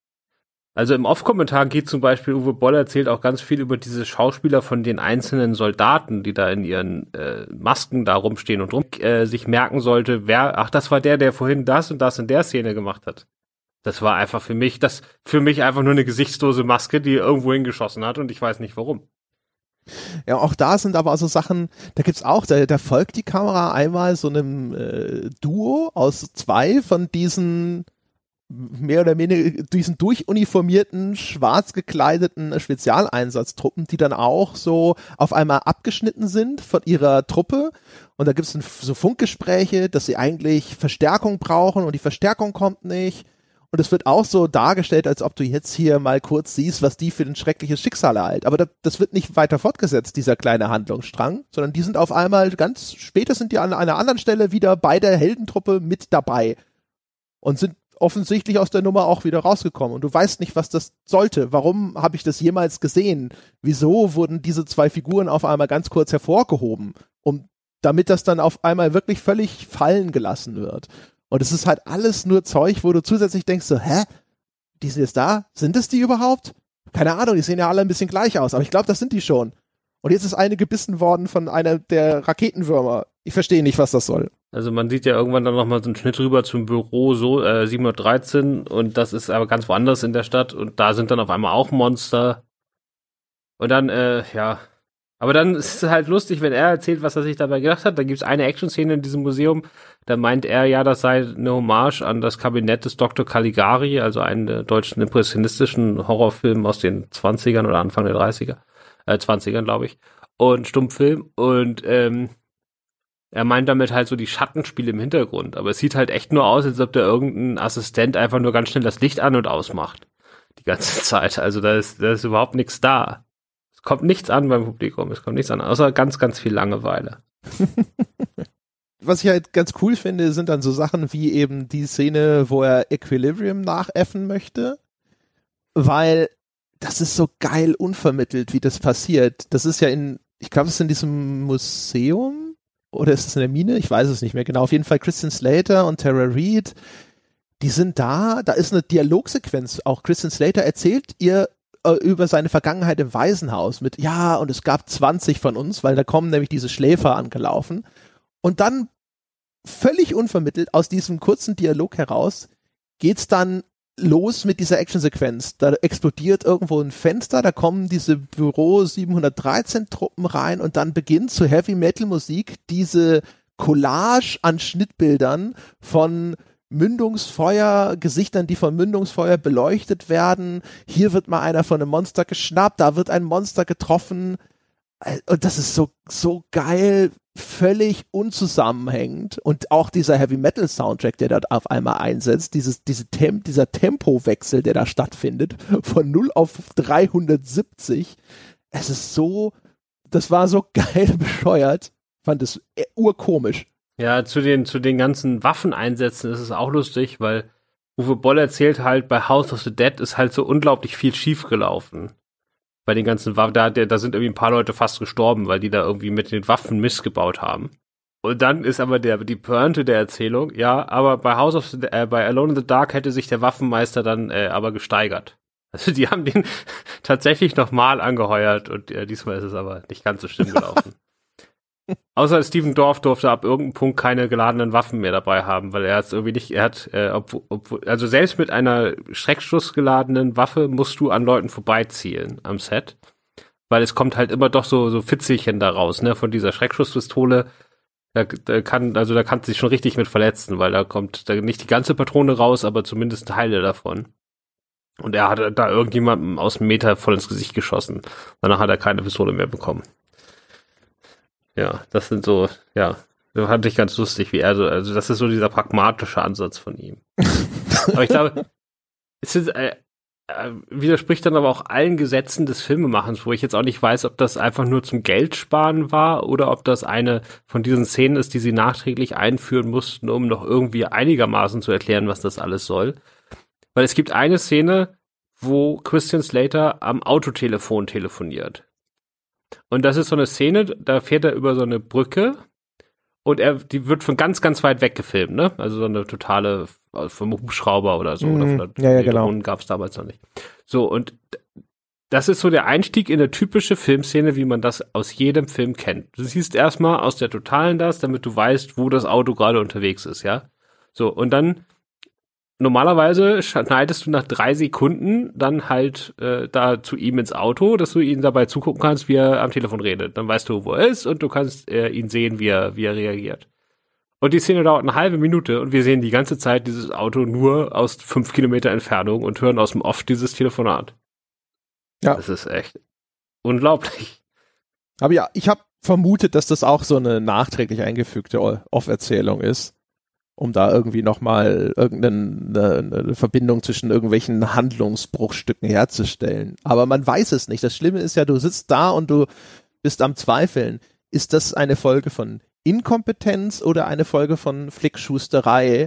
Also im Off-Kommentar geht zum Beispiel, Uwe Boll erzählt auch ganz viel über diese Schauspieler von den einzelnen Soldaten, die da in ihren äh, Masken da rumstehen und rum, äh, sich merken sollte, wer, ach, das war der, der vorhin das und das in der Szene gemacht hat. Das war einfach für mich, das für mich einfach nur eine gesichtslose Maske, die irgendwo hingeschossen hat und ich weiß nicht warum. Ja, auch da sind aber so Sachen, da gibt's auch, da, da folgt die Kamera einmal so einem äh, Duo aus zwei von diesen mehr oder weniger diesen durchuniformierten, schwarz gekleideten Spezialeinsatztruppen, die dann auch so auf einmal abgeschnitten sind von ihrer Truppe und da gibt's so Funkgespräche, dass sie eigentlich Verstärkung brauchen und die Verstärkung kommt nicht. Und es wird auch so dargestellt, als ob du jetzt hier mal kurz siehst, was die für ein schreckliches Schicksal ereilt. Aber das, das wird nicht weiter fortgesetzt, dieser kleine Handlungsstrang, sondern die sind auf einmal ganz, später sind die an einer anderen Stelle wieder bei der Heldentruppe mit dabei und sind offensichtlich aus der Nummer auch wieder rausgekommen. Und du weißt nicht, was das sollte. Warum habe ich das jemals gesehen? Wieso wurden diese zwei Figuren auf einmal ganz kurz hervorgehoben? Um, damit das dann auf einmal wirklich völlig fallen gelassen wird. Und es ist halt alles nur Zeug, wo du zusätzlich denkst so, hä? Die sind jetzt da? Sind es die überhaupt? Keine Ahnung, die sehen ja alle ein bisschen gleich aus. Aber ich glaube, das sind die schon. Und jetzt ist eine gebissen worden von einer der Raketenwürmer. Ich verstehe nicht, was das soll. Also man sieht ja irgendwann dann nochmal so einen Schnitt rüber zum Büro so äh, siebenhundertdreizehn und das ist aber ganz woanders in der Stadt und da sind dann auf einmal auch Monster. Und dann, äh, ja. Aber dann ist es halt lustig, wenn er erzählt, was er sich dabei gedacht hat. Da gibt es eine Action-Szene in diesem Museum, da meint er, ja, das sei eine Hommage an das Kabinett des Doktor Caligari, also einen der deutschen impressionistischen Horrorfilm aus den zwanzigern oder Anfang der dreißiger. Äh, zwanzigern, glaube ich. Und Stummfilm. Und ähm, er meint damit halt so die Schattenspiele im Hintergrund. Aber es sieht halt echt nur aus, als ob da irgendein Assistent einfach nur ganz schnell das Licht an- und ausmacht. Die ganze Zeit. Also da ist, da ist überhaupt nichts da. Es kommt nichts an beim Publikum. Es kommt nichts an, außer ganz, ganz viel Langeweile. Was ich halt ganz cool finde, sind dann so Sachen wie eben die Szene, wo er Equilibrium nachäffen möchte. Weil das ist so geil unvermittelt, wie das passiert. Das ist ja in, ich glaube, es ist in diesem Museum oder ist es in der Mine? Ich weiß es nicht mehr genau. Auf jeden Fall Christian Slater und Tara Reid, die sind da. Da ist eine Dialogsequenz. Auch Christian Slater erzählt ihr äh, über seine Vergangenheit im Waisenhaus mit, ja, und es gab zwanzig von uns, weil da kommen nämlich diese Schläfer angelaufen. Und dann völlig unvermittelt aus diesem kurzen Dialog heraus geht's dann los mit dieser Actionsequenz. Da explodiert irgendwo ein Fenster, da kommen diese Büro siebenhundertdreizehn Truppen rein und dann beginnt zu Heavy Metal Musik diese Collage an Schnittbildern von Mündungsfeuer, Gesichtern, die von Mündungsfeuer beleuchtet werden. Hier wird mal einer von einem Monster geschnappt, da wird ein Monster getroffen. Und das ist so, so geil, völlig unzusammenhängend. Und auch dieser Heavy Metal Soundtrack, der dort auf einmal einsetzt, dieses, diese Tem- dieser Tempowechsel, der da stattfindet, von null auf dreihundertsiebzig. Es ist so, das war so geil bescheuert. Ich fand es urkomisch. Ja, zu den, zu den ganzen Waffeneinsätzen ist es auch lustig, weil Uwe Boll erzählt halt, bei House of the Dead ist halt so unglaublich viel schiefgelaufen. Bei den ganzen Waffen, da, da sind irgendwie ein paar Leute fast gestorben, weil die da irgendwie mit den Waffen missgebaut haben. Und dann ist aber der, die Pointe der Erzählung, ja, aber bei House of the, äh, bei Alone in the Dark hätte sich der Waffenmeister dann äh, aber gesteigert. Also die haben den tatsächlich nochmal angeheuert und äh, diesmal ist es aber nicht ganz so schlimm gelaufen. Außer Steven Dorff durfte ab irgendeinem Punkt keine geladenen Waffen mehr dabei haben, weil er hat irgendwie nicht, er hat, äh, ob, ob, also selbst mit einer schreckschussgeladenen Waffe musst du an Leuten vorbeizielen am Set, weil es kommt halt immer doch so so Fitzelchen da raus, ne, von dieser Schreckschusspistole. Da, da kann, also da kannst du dich schon richtig mit verletzen, weil da kommt da nicht die ganze Patrone raus, aber zumindest Teile davon. Und er hat da irgendjemandem aus einem Meter voll ins Gesicht geschossen. Danach hat er keine Pistole mehr bekommen. Ja, das sind so, ja, das fand ich ganz lustig, wie er so, also das ist so dieser pragmatische Ansatz von ihm. Aber ich glaube, es ist, äh, äh, widerspricht dann aber auch allen Gesetzen des Filmemachens, wo ich jetzt auch nicht weiß, ob das einfach nur zum Geldsparen war oder ob das eine von diesen Szenen ist, die sie nachträglich einführen mussten, um noch irgendwie einigermaßen zu erklären, was das alles soll. Weil es gibt eine Szene, wo Christian Slater am Autotelefon telefoniert. Und das ist so eine Szene, da fährt er über so eine Brücke und er, die wird von ganz, ganz weit weg gefilmt, ne? Also so eine totale, vom Hubschrauber oder so. Mm, oder von der, ja, ja, genau. Drohnen gab es damals noch nicht. So, und das ist so der Einstieg in eine typische Filmszene, wie man das aus jedem Film kennt. Du siehst erstmal aus der Totalen das, damit du weißt, wo das Auto gerade unterwegs ist, ja? So, und dann normalerweise schneidest du nach drei Sekunden dann halt äh, da zu ihm ins Auto, dass du ihn dabei zugucken kannst, wie er am Telefon redet. Dann weißt du, wo er ist und du kannst äh, ihn sehen, wie er, wie er reagiert. Und die Szene dauert eine halbe Minute und wir sehen die ganze Zeit dieses Auto nur aus fünf Kilometer Entfernung und hören aus dem Off dieses Telefonat. Ja. Das ist echt unglaublich. Aber ja, ich habe vermutet, dass das auch so eine nachträglich eingefügte Off-Erzählung ist, um da irgendwie nochmal irgendeine eine Verbindung zwischen irgendwelchen Handlungsbruchstücken herzustellen. Aber man weiß es nicht. Das Schlimme ist ja, du sitzt da und du bist am Zweifeln. Ist das eine Folge von Inkompetenz oder eine Folge von Flickschusterei,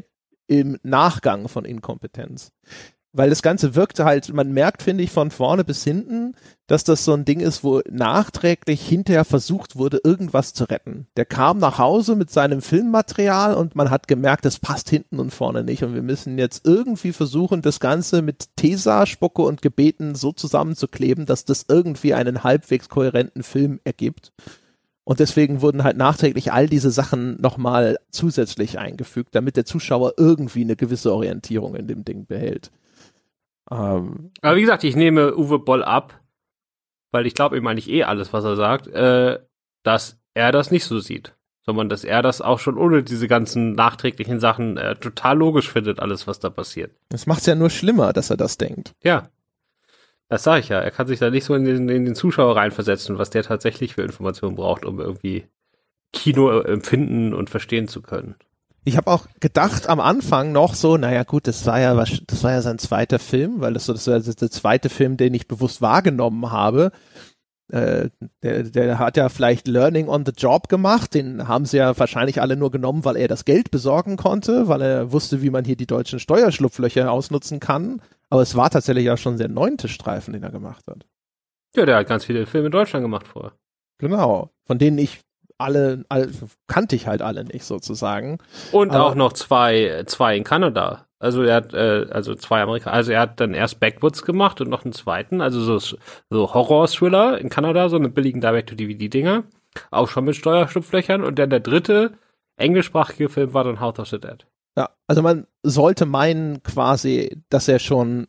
im Nachgang von Inkompetenz. Weil das Ganze wirkte halt, man merkt, finde ich, von vorne bis hinten, dass das so ein Ding ist, wo nachträglich hinterher versucht wurde, irgendwas zu retten. Der kam nach Hause mit seinem Filmmaterial und man hat gemerkt, das passt hinten und vorne nicht und wir müssen jetzt irgendwie versuchen, das Ganze mit Tesa, Spucke und Gebeten so zusammenzukleben, dass das irgendwie einen halbwegs kohärenten Film ergibt. Und deswegen wurden halt nachträglich all diese Sachen nochmal zusätzlich eingefügt, damit der Zuschauer irgendwie eine gewisse Orientierung in dem Ding behält. Ähm, Aber wie gesagt, ich nehme Uwe Boll ab, weil ich glaube ihm eigentlich eh alles, was er sagt, äh, dass er das nicht so sieht, sondern dass er das auch schon ohne diese ganzen nachträglichen Sachen äh, total logisch findet, alles, was da passiert. Das macht es ja nur schlimmer, dass er das denkt. Ja, das sage ich ja. Er kann sich da nicht so in den, in den Zuschauer reinversetzen, was der tatsächlich für Informationen braucht, um irgendwie Kino empfinden und verstehen zu können. Ich habe auch gedacht am Anfang noch so, naja gut, das war ja was, das war ja sein zweiter Film, weil das so das war der zweite Film, den ich bewusst wahrgenommen habe. Äh, der, der hat ja vielleicht Learning on the Job gemacht, den haben sie ja wahrscheinlich alle nur genommen, weil er das Geld besorgen konnte, weil er wusste, wie man hier die deutschen Steuerschlupflöcher ausnutzen kann. Aber es war tatsächlich auch schon der neunte Streifen, den er gemacht hat. Ja, der hat ganz viele Filme in Deutschland gemacht vorher. Genau, von denen ich alle, alle kannte ich halt alle nicht sozusagen. Und aber auch noch zwei, zwei in Kanada. Also er hat, äh, also zwei Amerikaner, also er hat dann erst Backwoods gemacht und noch einen zweiten, also so, so Horror-Thriller in Kanada, so eine billigen Direct-to-D V D-Dinger, auch schon mit Steuerschlupflöchern und dann der dritte englischsprachige Film war dann House of the Dead. Ja, also man sollte meinen quasi, dass er schon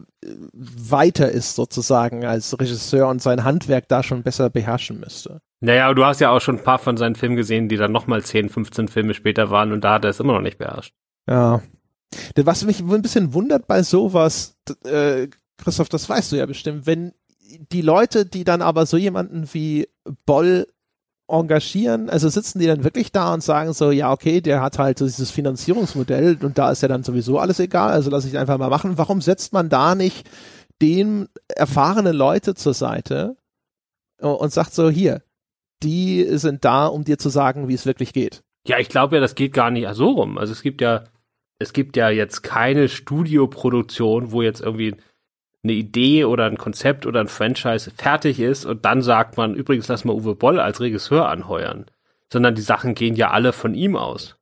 weiter ist sozusagen als Regisseur und sein Handwerk da schon besser beherrschen müsste. Naja, du hast ja auch schon ein paar von seinen Filmen gesehen, die dann nochmal zehn, fünfzehn Filme später waren und da hat er es immer noch nicht beherrscht. Ja. Was mich ein bisschen wundert bei sowas, äh, Christoph, das weißt du ja bestimmt, wenn die Leute, die dann aber so jemanden wie Boll engagieren, also sitzen die dann wirklich da und sagen so, ja okay, der hat halt so dieses Finanzierungsmodell und da ist ja dann sowieso alles egal, also lass ich einfach mal machen. Warum setzt man da nicht den erfahrenen Leute zur Seite und sagt so, hier, die sind da, um dir zu sagen, wie es wirklich geht? Ja, ich glaube ja, das geht gar nicht so rum. Also es gibt ja, es gibt ja jetzt keine Studioproduktion, wo jetzt irgendwie eine Idee oder ein Konzept oder ein Franchise fertig ist und dann sagt man, übrigens lass mal Uwe Boll als Regisseur anheuern. Sondern die Sachen gehen ja alle von ihm aus.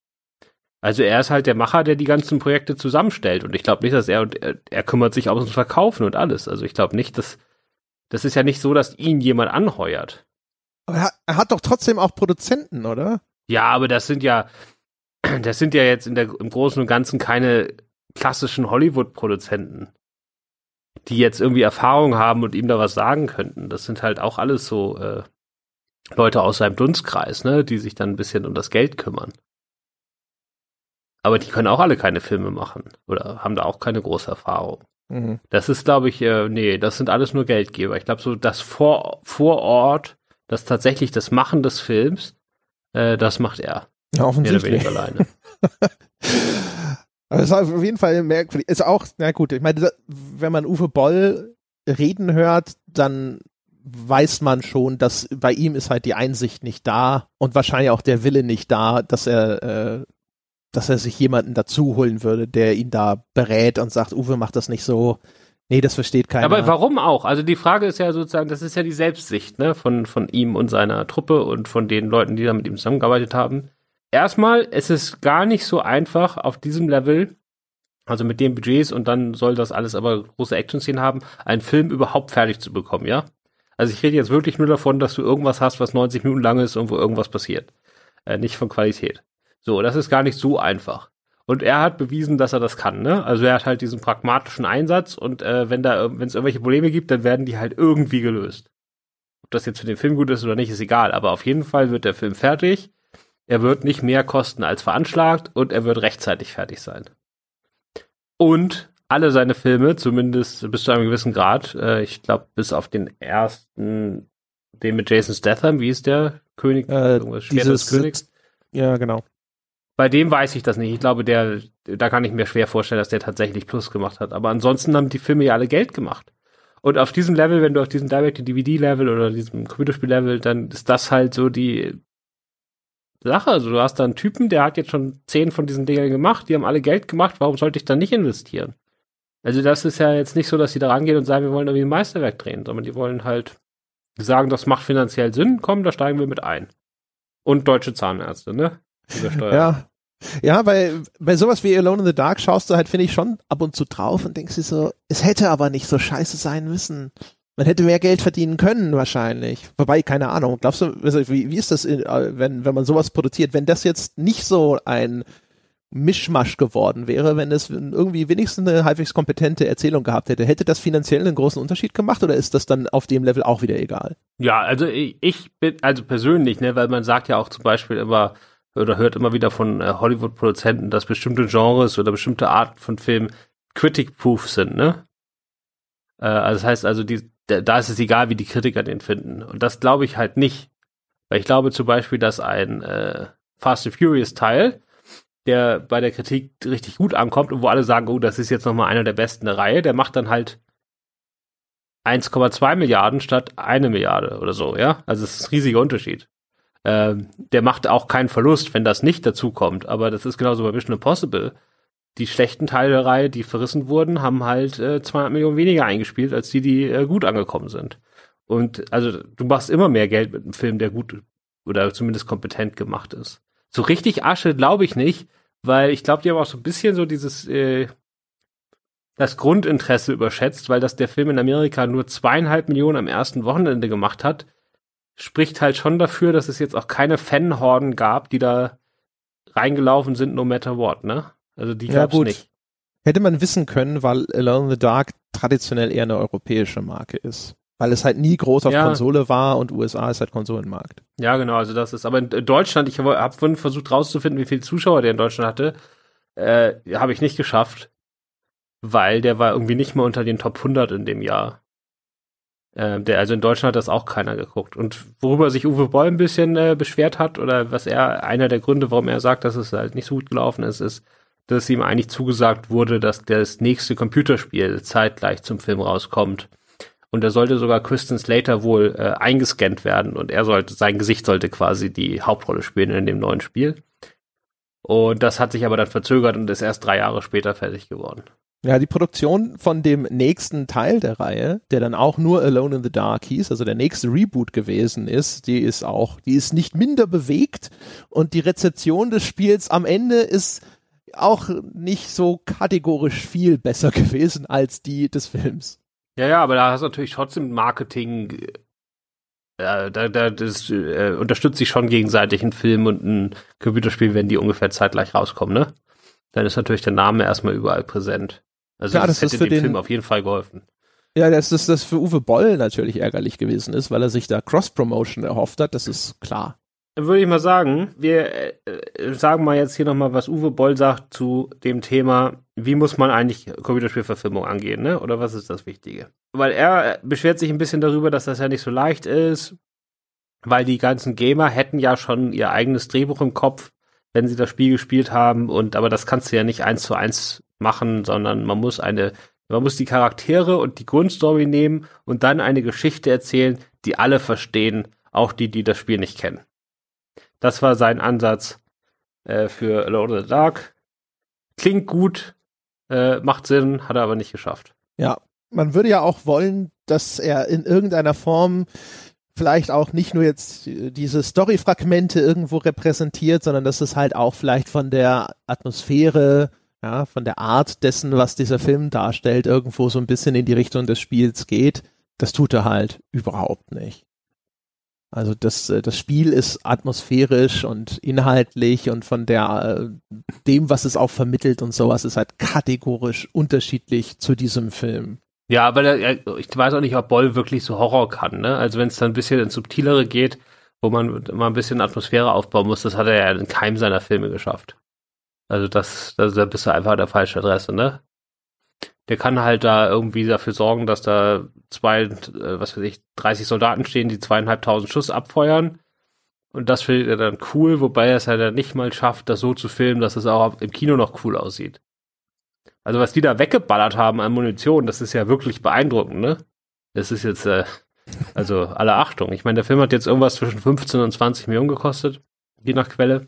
Also er ist halt der Macher, der die ganzen Projekte zusammenstellt und ich glaube nicht, dass er, und er, er kümmert sich auch ums Verkaufen und alles. Also ich glaube nicht, dass, das ist ja nicht so, dass ihn jemand anheuert. Aber er, er hat doch trotzdem auch Produzenten, oder? Ja, aber das sind ja, das sind ja jetzt in der, im Großen und Ganzen keine klassischen Hollywood-Produzenten, die jetzt irgendwie Erfahrung haben und ihm da was sagen könnten. Das sind halt auch alles so äh, Leute aus seinem Dunstkreis, ne, die sich dann ein bisschen um das Geld kümmern. Aber die können auch alle keine Filme machen oder haben da auch keine große Erfahrung. Mhm. Das ist, glaube ich, äh, nee, das sind alles nur Geldgeber. Ich glaube, so das vor, vor Ort, das tatsächlich das Machen des Films, äh, das macht er. Ja, offensichtlich. Mehr oder weniger alleine. Aber es ist auf jeden Fall merkwürdig. Ist auch, na gut, ich meine, wenn man Uwe Boll reden hört, dann weiß man schon, dass bei ihm ist halt die Einsicht nicht da und wahrscheinlich auch der Wille nicht da, dass er, äh, dass er sich jemanden dazu holen würde, der ihn da berät und sagt, Uwe, mach das nicht so. Nee, das versteht keiner. Aber warum auch? Also die Frage ist ja sozusagen, das ist ja die Selbstsicht, ne, von, von ihm und seiner Truppe und von den Leuten, die da mit ihm zusammengearbeitet haben. Erstmal, es ist gar nicht so einfach auf diesem Level, also mit den Budgets und dann soll das alles aber große Action-Szenen haben, einen Film überhaupt fertig zu bekommen, ja? Also ich rede jetzt wirklich nur davon, dass du irgendwas hast, was neunzig Minuten lang ist und wo irgendwas passiert. Äh, nicht von Qualität. So, das ist gar nicht so einfach. Und er hat bewiesen, dass er das kann, ne? Also er hat halt diesen pragmatischen Einsatz und äh, wenn da, wenn es irgendwelche Probleme gibt, dann werden die halt irgendwie gelöst. Ob das jetzt für den Film gut ist oder nicht, ist egal. Aber auf jeden Fall wird der Film fertig. Er wird nicht mehr kosten als veranschlagt und er wird rechtzeitig fertig sein. Und alle seine Filme, zumindest bis zu einem gewissen Grad, äh, ich glaube bis auf den ersten, den mit Jason Statham, wie ist der? König? Äh, irgendwas Schwert des Königs? Ja, genau. Bei dem weiß ich das nicht. Ich glaube, der, da kann ich mir schwer vorstellen, dass der tatsächlich Plus gemacht hat. Aber ansonsten haben die Filme ja alle Geld gemacht. Und auf diesem Level, wenn du auf diesem Direct-to-D V D-Level oder diesem Computerspiel-Level, dann ist das halt so die Sache. Also du hast da einen Typen, der hat jetzt schon zehn von diesen Dingern gemacht, die haben alle Geld gemacht, warum sollte ich dann nicht investieren? Also das ist ja jetzt nicht so, dass sie da rangehen und sagen, wir wollen irgendwie ein Meisterwerk drehen, sondern die wollen halt sagen, das macht finanziell Sinn, komm, da steigen wir mit ein. Und deutsche Zahnärzte, ne? Übersteuert. Ja. Ja, bei, bei sowas wie Alone in the Dark schaust du halt, finde ich, schon ab und zu drauf und denkst dir so, es hätte aber nicht so scheiße sein müssen. Man hätte mehr Geld verdienen können wahrscheinlich. Wobei, keine Ahnung, glaubst du, wie, wie ist das, in, wenn, wenn man sowas produziert, wenn das jetzt nicht so ein Mischmasch geworden wäre, wenn es irgendwie wenigstens eine halbwegs kompetente Erzählung gehabt hätte, hätte das finanziell einen großen Unterschied gemacht oder ist das dann auf dem Level auch wieder egal? Ja, also ich, ich bin, also persönlich, ne, weil man sagt ja auch zum Beispiel immer, oder hört immer wieder von äh, Hollywood-Produzenten, dass bestimmte Genres oder bestimmte Arten von Filmen critic-proof sind, ne? Äh, also das heißt also, die, da ist es egal, wie die Kritiker den finden. Und das glaube ich halt nicht. Weil ich glaube zum Beispiel, dass ein äh, Fast and Furious Teil, der bei der Kritik richtig gut ankommt und wo alle sagen, oh, das ist jetzt nochmal einer der besten der Reihe, der macht dann halt eins Komma zwei Milliarden statt eine Milliarde oder so, ja? Also es ist ein riesiger Unterschied. Ähm, der macht auch keinen Verlust, wenn das nicht dazu kommt, aber das ist genauso bei Mission Impossible. Die schlechten Teile der Reihe, die verrissen wurden, haben halt äh, zweihundert Millionen weniger eingespielt, als die, die äh, gut angekommen sind. Und also du machst immer mehr Geld mit einem Film, der gut oder zumindest kompetent gemacht ist. So richtig Asche glaube ich nicht, weil ich glaube, die haben auch so ein bisschen so dieses äh, das Grundinteresse überschätzt, weil das der Film in Amerika nur zweieinhalb Millionen am ersten Wochenende gemacht hat, spricht halt schon dafür, dass es jetzt auch keine Fanhorden gab, die da reingelaufen sind, no matter what, ne? Also die gab's ja, nicht. Hätte man wissen können, weil Alone in the Dark traditionell eher eine europäische Marke ist. Weil es halt nie groß auf ja. Konsole war und U S A ist halt Konsolenmarkt. Ja, genau, also das ist, aber in Deutschland, ich habe hab vorhin versucht rauszufinden, wie viele Zuschauer der in Deutschland hatte, äh, habe ich nicht geschafft, weil der war irgendwie nicht mehr unter den Top hundert in dem Jahr. Äh, der, also in Deutschland hat das auch keiner geguckt. Und worüber sich Uwe Boll ein bisschen äh, beschwert hat, oder was er, einer der Gründe, warum er sagt, dass es halt nicht so gut gelaufen ist, ist, dass ihm eigentlich zugesagt wurde, dass das nächste Computerspiel zeitgleich zum Film rauskommt. Und da sollte sogar Christian Slater wohl äh, eingescannt werden und er sollte, sein Gesicht sollte quasi die Hauptrolle spielen in dem neuen Spiel. Und das hat sich aber dann verzögert und ist erst drei Jahre später fertig geworden. Ja, die Produktion von dem nächsten Teil der Reihe, der dann auch nur Alone in the Dark hieß, also der nächste Reboot gewesen ist, die ist auch, die ist nicht minder bewegt und die Rezeption des Spiels am Ende ist auch nicht so kategorisch viel besser gewesen als die des Films. Ja, ja, aber da hast du natürlich trotzdem Marketing, äh, da, da, das äh, unterstützt sich schon gegenseitig ein Film und ein Computerspiel, wenn die ungefähr zeitgleich rauskommen, ne? Dann ist natürlich der Name erstmal überall präsent. Also ja, das, das hätte dem den, Film auf jeden Fall geholfen. Ja, dass das, das für Uwe Boll natürlich ärgerlich gewesen ist, weil er sich da Cross-Promotion erhofft hat, das ist klar. Dann würde ich mal sagen, wir äh, sagen mal jetzt hier nochmal, was Uwe Boll sagt zu dem Thema, wie muss man eigentlich Computerspielverfilmung angehen, ne? Oder was ist das Wichtige? Weil er beschwert sich ein bisschen darüber, dass das ja nicht so leicht ist, weil die ganzen Gamer hätten ja schon ihr eigenes Drehbuch im Kopf, wenn sie das Spiel gespielt haben, und aber das kannst du ja nicht eins zu eins machen, sondern man muss eine, man muss die Charaktere und die Grundstory nehmen und dann eine Geschichte erzählen, die alle verstehen, auch die, die das Spiel nicht kennen. Das war sein Ansatz äh, für Alone in the Dark. Klingt gut, äh, macht Sinn, hat er aber nicht geschafft. Ja, man würde ja auch wollen, dass er in irgendeiner Form vielleicht auch nicht nur jetzt diese Story-Fragmente irgendwo repräsentiert, sondern dass es halt auch vielleicht von der Atmosphäre, ja, von der Art dessen, was dieser Film darstellt, irgendwo so ein bisschen in die Richtung des Spiels geht. Das tut er halt überhaupt nicht. Also das, das Spiel ist atmosphärisch und inhaltlich und von der dem, was es auch vermittelt und sowas, ist halt kategorisch unterschiedlich zu diesem Film. Ja, aber der, ich weiß auch nicht, ob Boll wirklich so Horror kann, ne? Also wenn es dann ein bisschen ins Subtilere geht, wo man mal ein bisschen Atmosphäre aufbauen muss, das hat er ja in keinem seiner Filme geschafft. Also das, das da bist du einfach an der falschen Adresse, ne? Der kann halt da irgendwie dafür sorgen, dass da zwei, was weiß ich, dreißig Soldaten stehen, die zweieinhalbtausend Schuss abfeuern. Und das findet er dann cool, wobei er es halt dann nicht mal schafft, das so zu filmen, dass es auch im Kino noch cool aussieht. Also was die da weggeballert haben an Munition, das ist ja wirklich beeindruckend, ne? Das ist jetzt, äh, also alle Achtung. Ich meine, der Film hat jetzt irgendwas zwischen fünfzehn und zwanzig Millionen gekostet. je nach Quelle.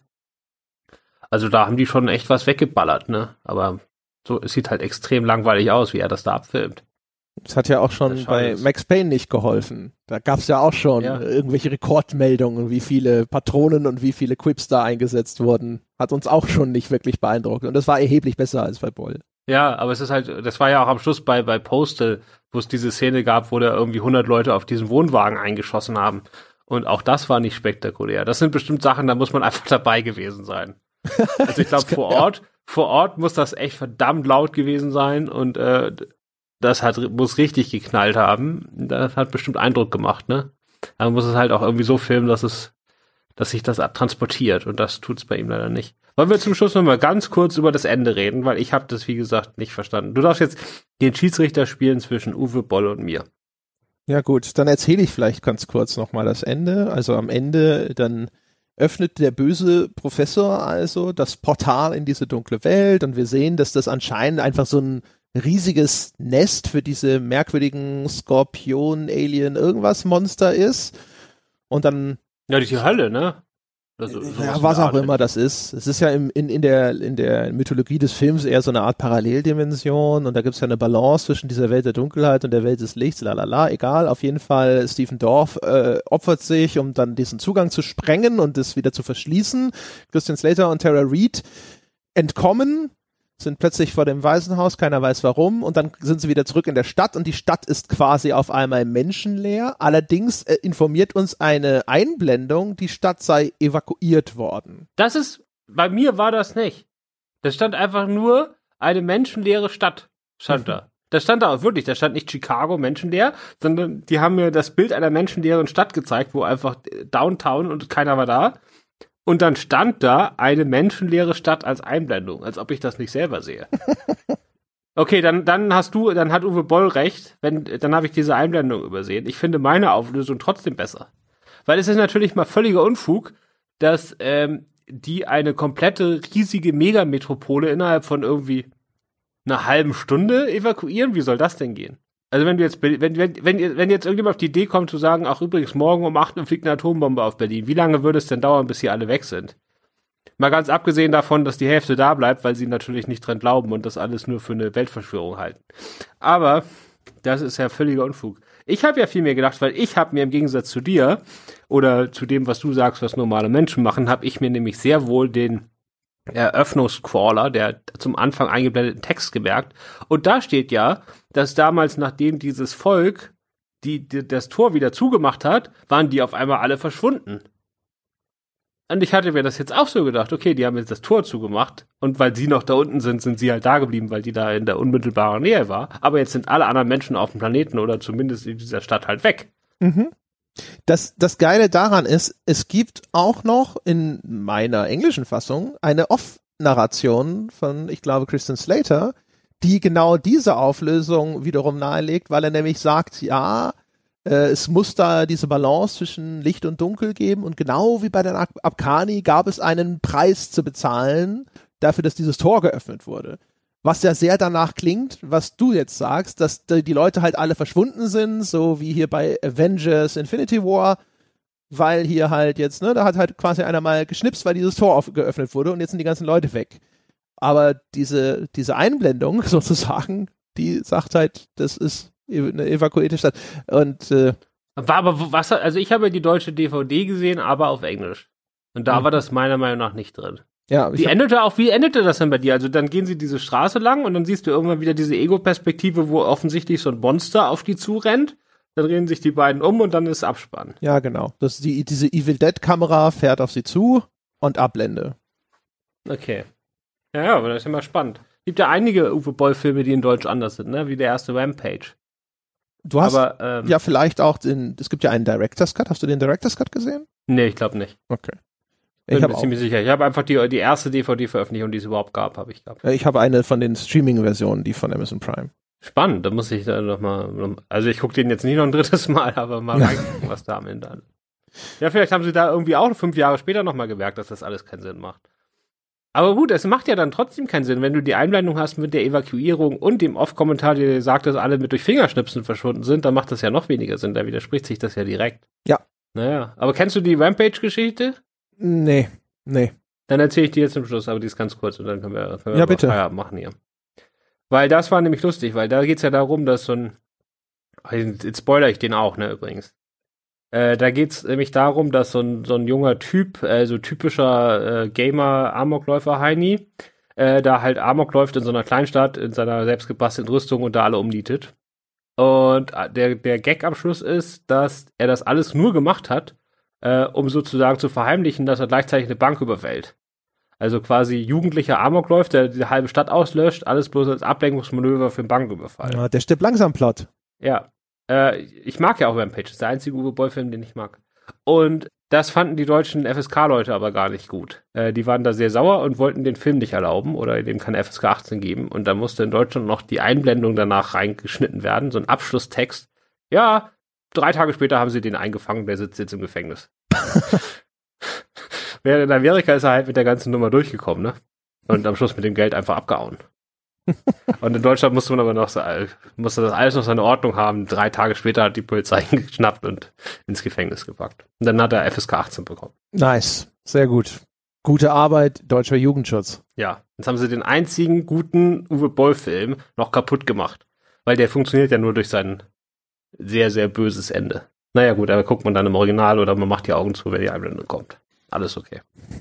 Also da haben die schon echt was weggeballert, ne? Aber so, es sieht halt extrem langweilig aus, wie er das da abfilmt. Das hat ja auch schon bei Max Payne nicht geholfen. Da gab es ja auch schon ja. irgendwelche Rekordmeldungen, wie viele Patronen und wie viele Quips da eingesetzt wurden. Hat uns auch schon nicht wirklich beeindruckt. Und das war erheblich besser als bei Boll. Ja, aber es ist halt, das war ja auch am Schluss bei, bei Postal, wo es diese Szene gab, wo da irgendwie hundert Leute auf diesen Wohnwagen eingeschossen haben. Und auch das war nicht spektakulär. Das sind bestimmt Sachen, da muss man einfach dabei gewesen sein. Also ich glaube, vor Ort, ja. vor Ort muss das echt verdammt laut gewesen sein und äh, das hat, muss richtig geknallt haben. Das hat bestimmt Eindruck gemacht, ne? Aber man muss es halt auch irgendwie so filmen, dass es, dass sich das transportiert und das tut's bei ihm leider nicht. Wollen wir zum Schluss noch mal ganz kurz über das Ende reden, weil ich habe das, wie gesagt, nicht verstanden. Du darfst jetzt den Schiedsrichter spielen zwischen Uwe Boll und mir. Ja gut, dann erzähle ich vielleicht ganz kurz noch mal das Ende. Also am Ende dann öffnet der böse Professor also das Portal in diese dunkle Welt und wir sehen, dass das anscheinend einfach so ein riesiges Nest für diese merkwürdigen Skorpion, Alien, irgendwas Monster ist. Und dann... Ja, die Hölle, ne? Also, ja, was auch immer das ist. Es ist ja im, in, in, der, in der Mythologie des Films eher so eine Art Paralleldimension und da gibt es ja eine Balance zwischen dieser Welt der Dunkelheit und der Welt des Lichts, lalala, egal. Auf jeden Fall, Stephen Dorff äh, opfert sich, um dann diesen Zugang zu sprengen und es wieder zu verschließen. Christian Slater und Tara Reid entkommen, sind plötzlich vor dem Waisenhaus, keiner weiß warum, und dann sind sie wieder zurück in der Stadt und die Stadt ist quasi auf einmal menschenleer. Allerdings äh, informiert uns eine Einblendung, die Stadt sei evakuiert worden. Das ist, bei mir war das nicht. Da stand einfach nur eine menschenleere Stadt, stand da. Da stand da auch wirklich, da stand nicht Chicago menschenleer, sondern die haben mir das Bild einer menschenleeren Stadt gezeigt, wo einfach Downtown und keiner war da. Und dann stand da eine menschenleere Stadt als Einblendung, als ob ich das nicht selber sehe. Okay, dann, dann hast du, dann hat Uwe Boll recht, wenn, dann habe ich diese Einblendung übersehen. Ich finde meine Auflösung trotzdem besser. Weil es ist natürlich mal völliger Unfug, dass ähm, die eine komplette, riesige Megametropole innerhalb von irgendwie einer halben Stunde evakuieren. Wie soll das denn gehen? Also wenn du jetzt, wenn, wenn, wenn, wenn jetzt irgendjemand auf die Idee kommt zu sagen, ach übrigens, morgen um acht Uhr fliegt eine Atombombe auf Berlin, wie lange würde es denn dauern, bis hier alle weg sind? Mal ganz abgesehen davon, dass die Hälfte da bleibt, weil sie natürlich nicht dran glauben und das alles nur für eine Weltverschwörung halten. Aber das ist ja völliger Unfug. Ich habe ja viel mehr gedacht, weil ich habe mir im Gegensatz zu dir oder zu dem, was du sagst, was normale Menschen machen, habe ich mir nämlich sehr wohl den Eröffnungscrawler, der zum Anfang eingeblendeten Text gemerkt. Und da steht ja, dass damals, nachdem dieses Volk die, die das Tor wieder zugemacht hat, waren die auf einmal alle verschwunden. Und ich hatte mir das jetzt auch so gedacht, okay, die haben jetzt das Tor zugemacht und weil sie noch da unten sind, sind sie halt da geblieben, weil die da in der unmittelbaren Nähe war. Aber jetzt sind alle anderen Menschen auf dem Planeten oder zumindest in dieser Stadt halt weg. Mhm. Das, das Geile daran ist, es gibt auch noch in meiner englischen Fassung eine Off-Narration von, ich glaube, Christian Slater, die genau diese Auflösung wiederum nahelegt, weil er nämlich sagt, ja, äh, es muss da diese Balance zwischen Licht und Dunkel geben und genau wie bei den Ab- Abkhani gab es einen Preis zu bezahlen dafür, dass dieses Tor geöffnet wurde. Was ja sehr danach klingt, was du jetzt sagst, dass die Leute halt alle verschwunden sind, so wie hier bei Avengers Infinity War, weil hier halt jetzt, ne, da hat halt quasi einer mal geschnipst, weil dieses Tor auf, geöffnet wurde und jetzt sind die ganzen Leute weg. Aber diese, diese Einblendung sozusagen, die sagt halt, das ist eine evakuierte Stadt. Und äh, war aber was, also ich habe ja die deutsche D V D gesehen, aber auf Englisch. Und da mhm. war das meiner Meinung nach nicht drin. Ja, wie endete auch, wie endete das denn bei dir? Also dann gehen sie diese Straße lang und dann siehst du irgendwann wieder diese Ego-Perspektive, wo offensichtlich so ein Monster auf die zurennt. Dann drehen sich die beiden um und dann ist Abspann. Ja, genau. Das ist die, diese Evil Dead-Kamera fährt auf sie zu und Ablende. Okay. Ja, ja, aber das ist immer spannend. Es gibt ja einige Uwe Boll-Filme, die in Deutsch anders sind, ne? Wie der erste Rampage. Du hast aber, ähm, ja vielleicht auch den, es gibt ja einen Director's Cut. Hast du den Director's Cut gesehen? Nee, ich glaube nicht. Okay. Ich bin mir ziemlich sicher. Ich habe einfach die, die erste D V D-Veröffentlichung, die es überhaupt gab, habe ich gehabt. Ich habe eine von den Streaming-Versionen, die von Amazon Prime. Spannend, da muss ich da nochmal, also ich gucke den jetzt nicht noch ein drittes Mal, aber mal reingucken, was da am Ende an. Ja, vielleicht haben sie da irgendwie auch fünf Jahre später nochmal gemerkt, dass das alles keinen Sinn macht. Aber gut, es macht ja dann trotzdem keinen Sinn, wenn du die Einblendung hast mit der Evakuierung und dem Off-Kommentar, der dir sagt, dass alle mit durch Fingerschnipsen verschwunden sind, dann macht das ja noch weniger Sinn, da widerspricht sich das ja direkt. Ja. Naja, aber kennst du die Rampage-Geschichte? Nee. Nee. Dann erzähle ich dir jetzt zum Schluss, aber die ist ganz kurz und dann können wir, können wir ja, bitte. Feierabend machen hier. Weil das war nämlich lustig, weil da geht's ja darum, dass so ein, jetzt spoilere ich den auch, ne, übrigens. Äh, da geht's nämlich darum, dass so ein, so ein junger Typ, äh, so typischer äh, Gamer-Amokläufer-Heini, äh, da halt Amok läuft in so einer Kleinstadt in seiner selbstgebastelten Rüstung und da alle umnietet. Und der, der Gag am Schluss ist, dass er das alles nur gemacht hat, äh, um sozusagen zu verheimlichen, dass er gleichzeitig eine Bank überfällt. Also quasi jugendlicher Amok läuft, der die halbe Stadt auslöscht, alles bloß als Ablenkungsmanöver für einen Banküberfall. Ja, der stirbt langsam Plot. Ja. Äh, ich mag ja auch Rampage, das ist der einzige Uwe Boll-Film, den ich mag. Und das fanden die deutschen F S K-Leute aber gar nicht gut. Äh, die waren da sehr sauer und wollten den Film nicht erlauben oder dem keine F S K achtzehn geben. Und da musste in Deutschland noch die Einblendung danach reingeschnitten werden, so ein Abschlusstext. Ja, drei Tage später haben sie den eingefangen, der sitzt jetzt im Gefängnis. Während in Amerika ist er halt mit der ganzen Nummer durchgekommen, ne? Und am Schluss mit dem Geld einfach abgehauen. Und in Deutschland musste man aber noch so, musste das alles noch seine Ordnung haben. Drei Tage später hat die Polizei ihn geschnappt und ins Gefängnis gepackt. Und dann hat er F S K achtzehn bekommen. Nice, sehr gut. Gute Arbeit, deutscher Jugendschutz. Ja, jetzt haben sie den einzigen guten Uwe Boll-Film noch kaputt gemacht. Weil der funktioniert ja nur durch sein sehr, sehr böses Ende. Naja gut, aber guckt man dann im Original oder man macht die Augen zu, wenn die Einblendung kommt. Alles okay.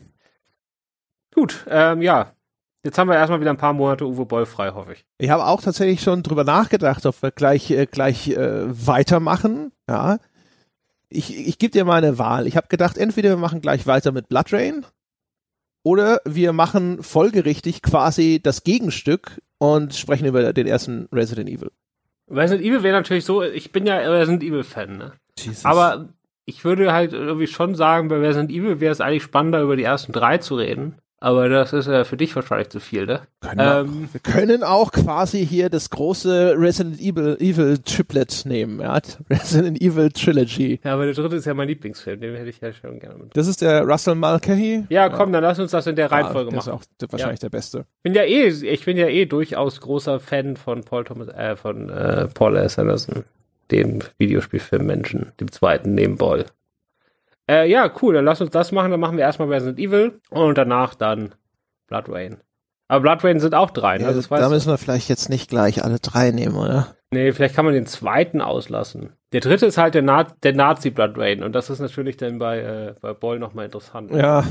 Gut, ähm, ja. Jetzt haben wir erstmal wieder ein paar Monate Uwe Boll frei, hoffe ich. Ich habe auch tatsächlich schon drüber nachgedacht, ob wir gleich, äh, gleich äh, weitermachen. Ja. Ich, ich gebe dir mal eine Wahl. Ich habe gedacht, entweder wir machen gleich weiter mit Blood Rain oder wir machen folgerichtig quasi das Gegenstück und sprechen über den ersten Resident Evil. Resident Evil wäre natürlich so, ich bin ja Resident Evil-Fan, ne? Jesus. Aber ich würde halt irgendwie schon sagen, bei Resident Evil wäre es eigentlich spannender, über die ersten drei zu reden. Aber das ist ja für dich wahrscheinlich zu viel, ne? Können ähm, wir, wir können auch quasi hier das große Resident Evil, Evil Triplet nehmen, ja? Resident Evil Trilogy. Ja, aber der dritte ist ja mein Lieblingsfilm, den hätte ich ja schon gerne mit. Das ist der Russell Mulcahy? Ja, komm, ja. Dann lass uns das in der Reihenfolge ja, das machen. Das ist auch wahrscheinlich ja. der beste. Ich bin ja eh, ich bin ja eh durchaus großer Fan von Paul Thomas, äh, von äh, Paul S. Anderson, dem Videospielfilm-Menschen, dem zweiten neben Boll. Äh, ja, cool, dann lass uns das machen. Dann machen wir erstmal Resident Evil und danach dann Blood Rain. Aber Blood Rain sind auch drei, ne? Ja, das da müssen wir vielleicht jetzt nicht gleich alle drei nehmen, oder? Nee, vielleicht kann man den zweiten auslassen. Der dritte ist halt der, Na- der Nazi Blood Rain und das ist natürlich dann bei, äh, bei Boll nochmal interessant. Ja,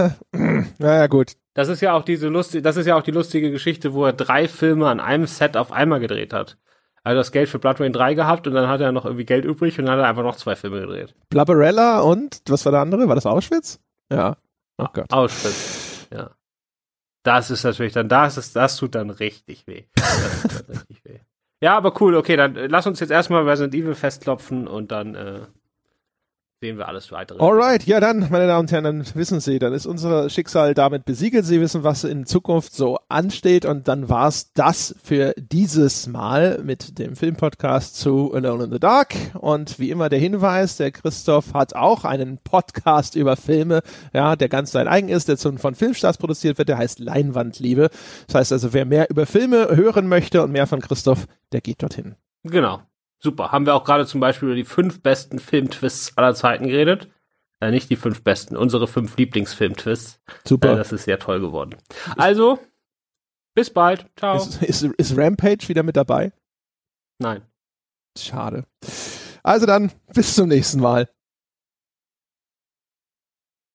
naja, gut. Das ist ja auch diese lustige, das ist ja auch die lustige Geschichte, wo er drei Filme an einem Set auf einmal gedreht hat. Also das Geld für Blood Rain drei gehabt und dann hat er noch irgendwie Geld übrig und dann hat er einfach noch zwei Filme gedreht. Blubberella und, was war der andere? War das Auschwitz? Ja. Oh Gott. Auschwitz, ja. Das ist natürlich dann, das ist, das tut dann richtig weh. Das tut dann richtig weh. Ja, aber cool, okay, dann lass uns jetzt erstmal Resident Evil festklopfen und dann äh, sehen wir alles weitere. Alright, ja dann, meine Damen und Herren, dann wissen Sie, dann ist unser Schicksal damit besiegelt. Sie wissen, was in Zukunft so ansteht und dann war's das für dieses Mal mit dem Filmpodcast zu Alone in the Dark und wie immer der Hinweis, der Christoph hat auch einen Podcast über Filme, ja, der ganz sein eigen ist, der von Filmstars produziert wird, der heißt Leinwandliebe. Das heißt also, wer mehr über Filme hören möchte und mehr von Christoph, der geht dorthin. Genau. Super. Haben wir auch gerade zum Beispiel über die fünf besten Filmtwists aller Zeiten geredet. Äh, nicht die fünf besten, unsere fünf Lieblingsfilmtwists. Super. Äh, das ist sehr toll geworden. Also, bis bald. Ciao. Ist, ist, ist Rampage wieder mit dabei? Nein. Schade. Also dann, bis zum nächsten Mal.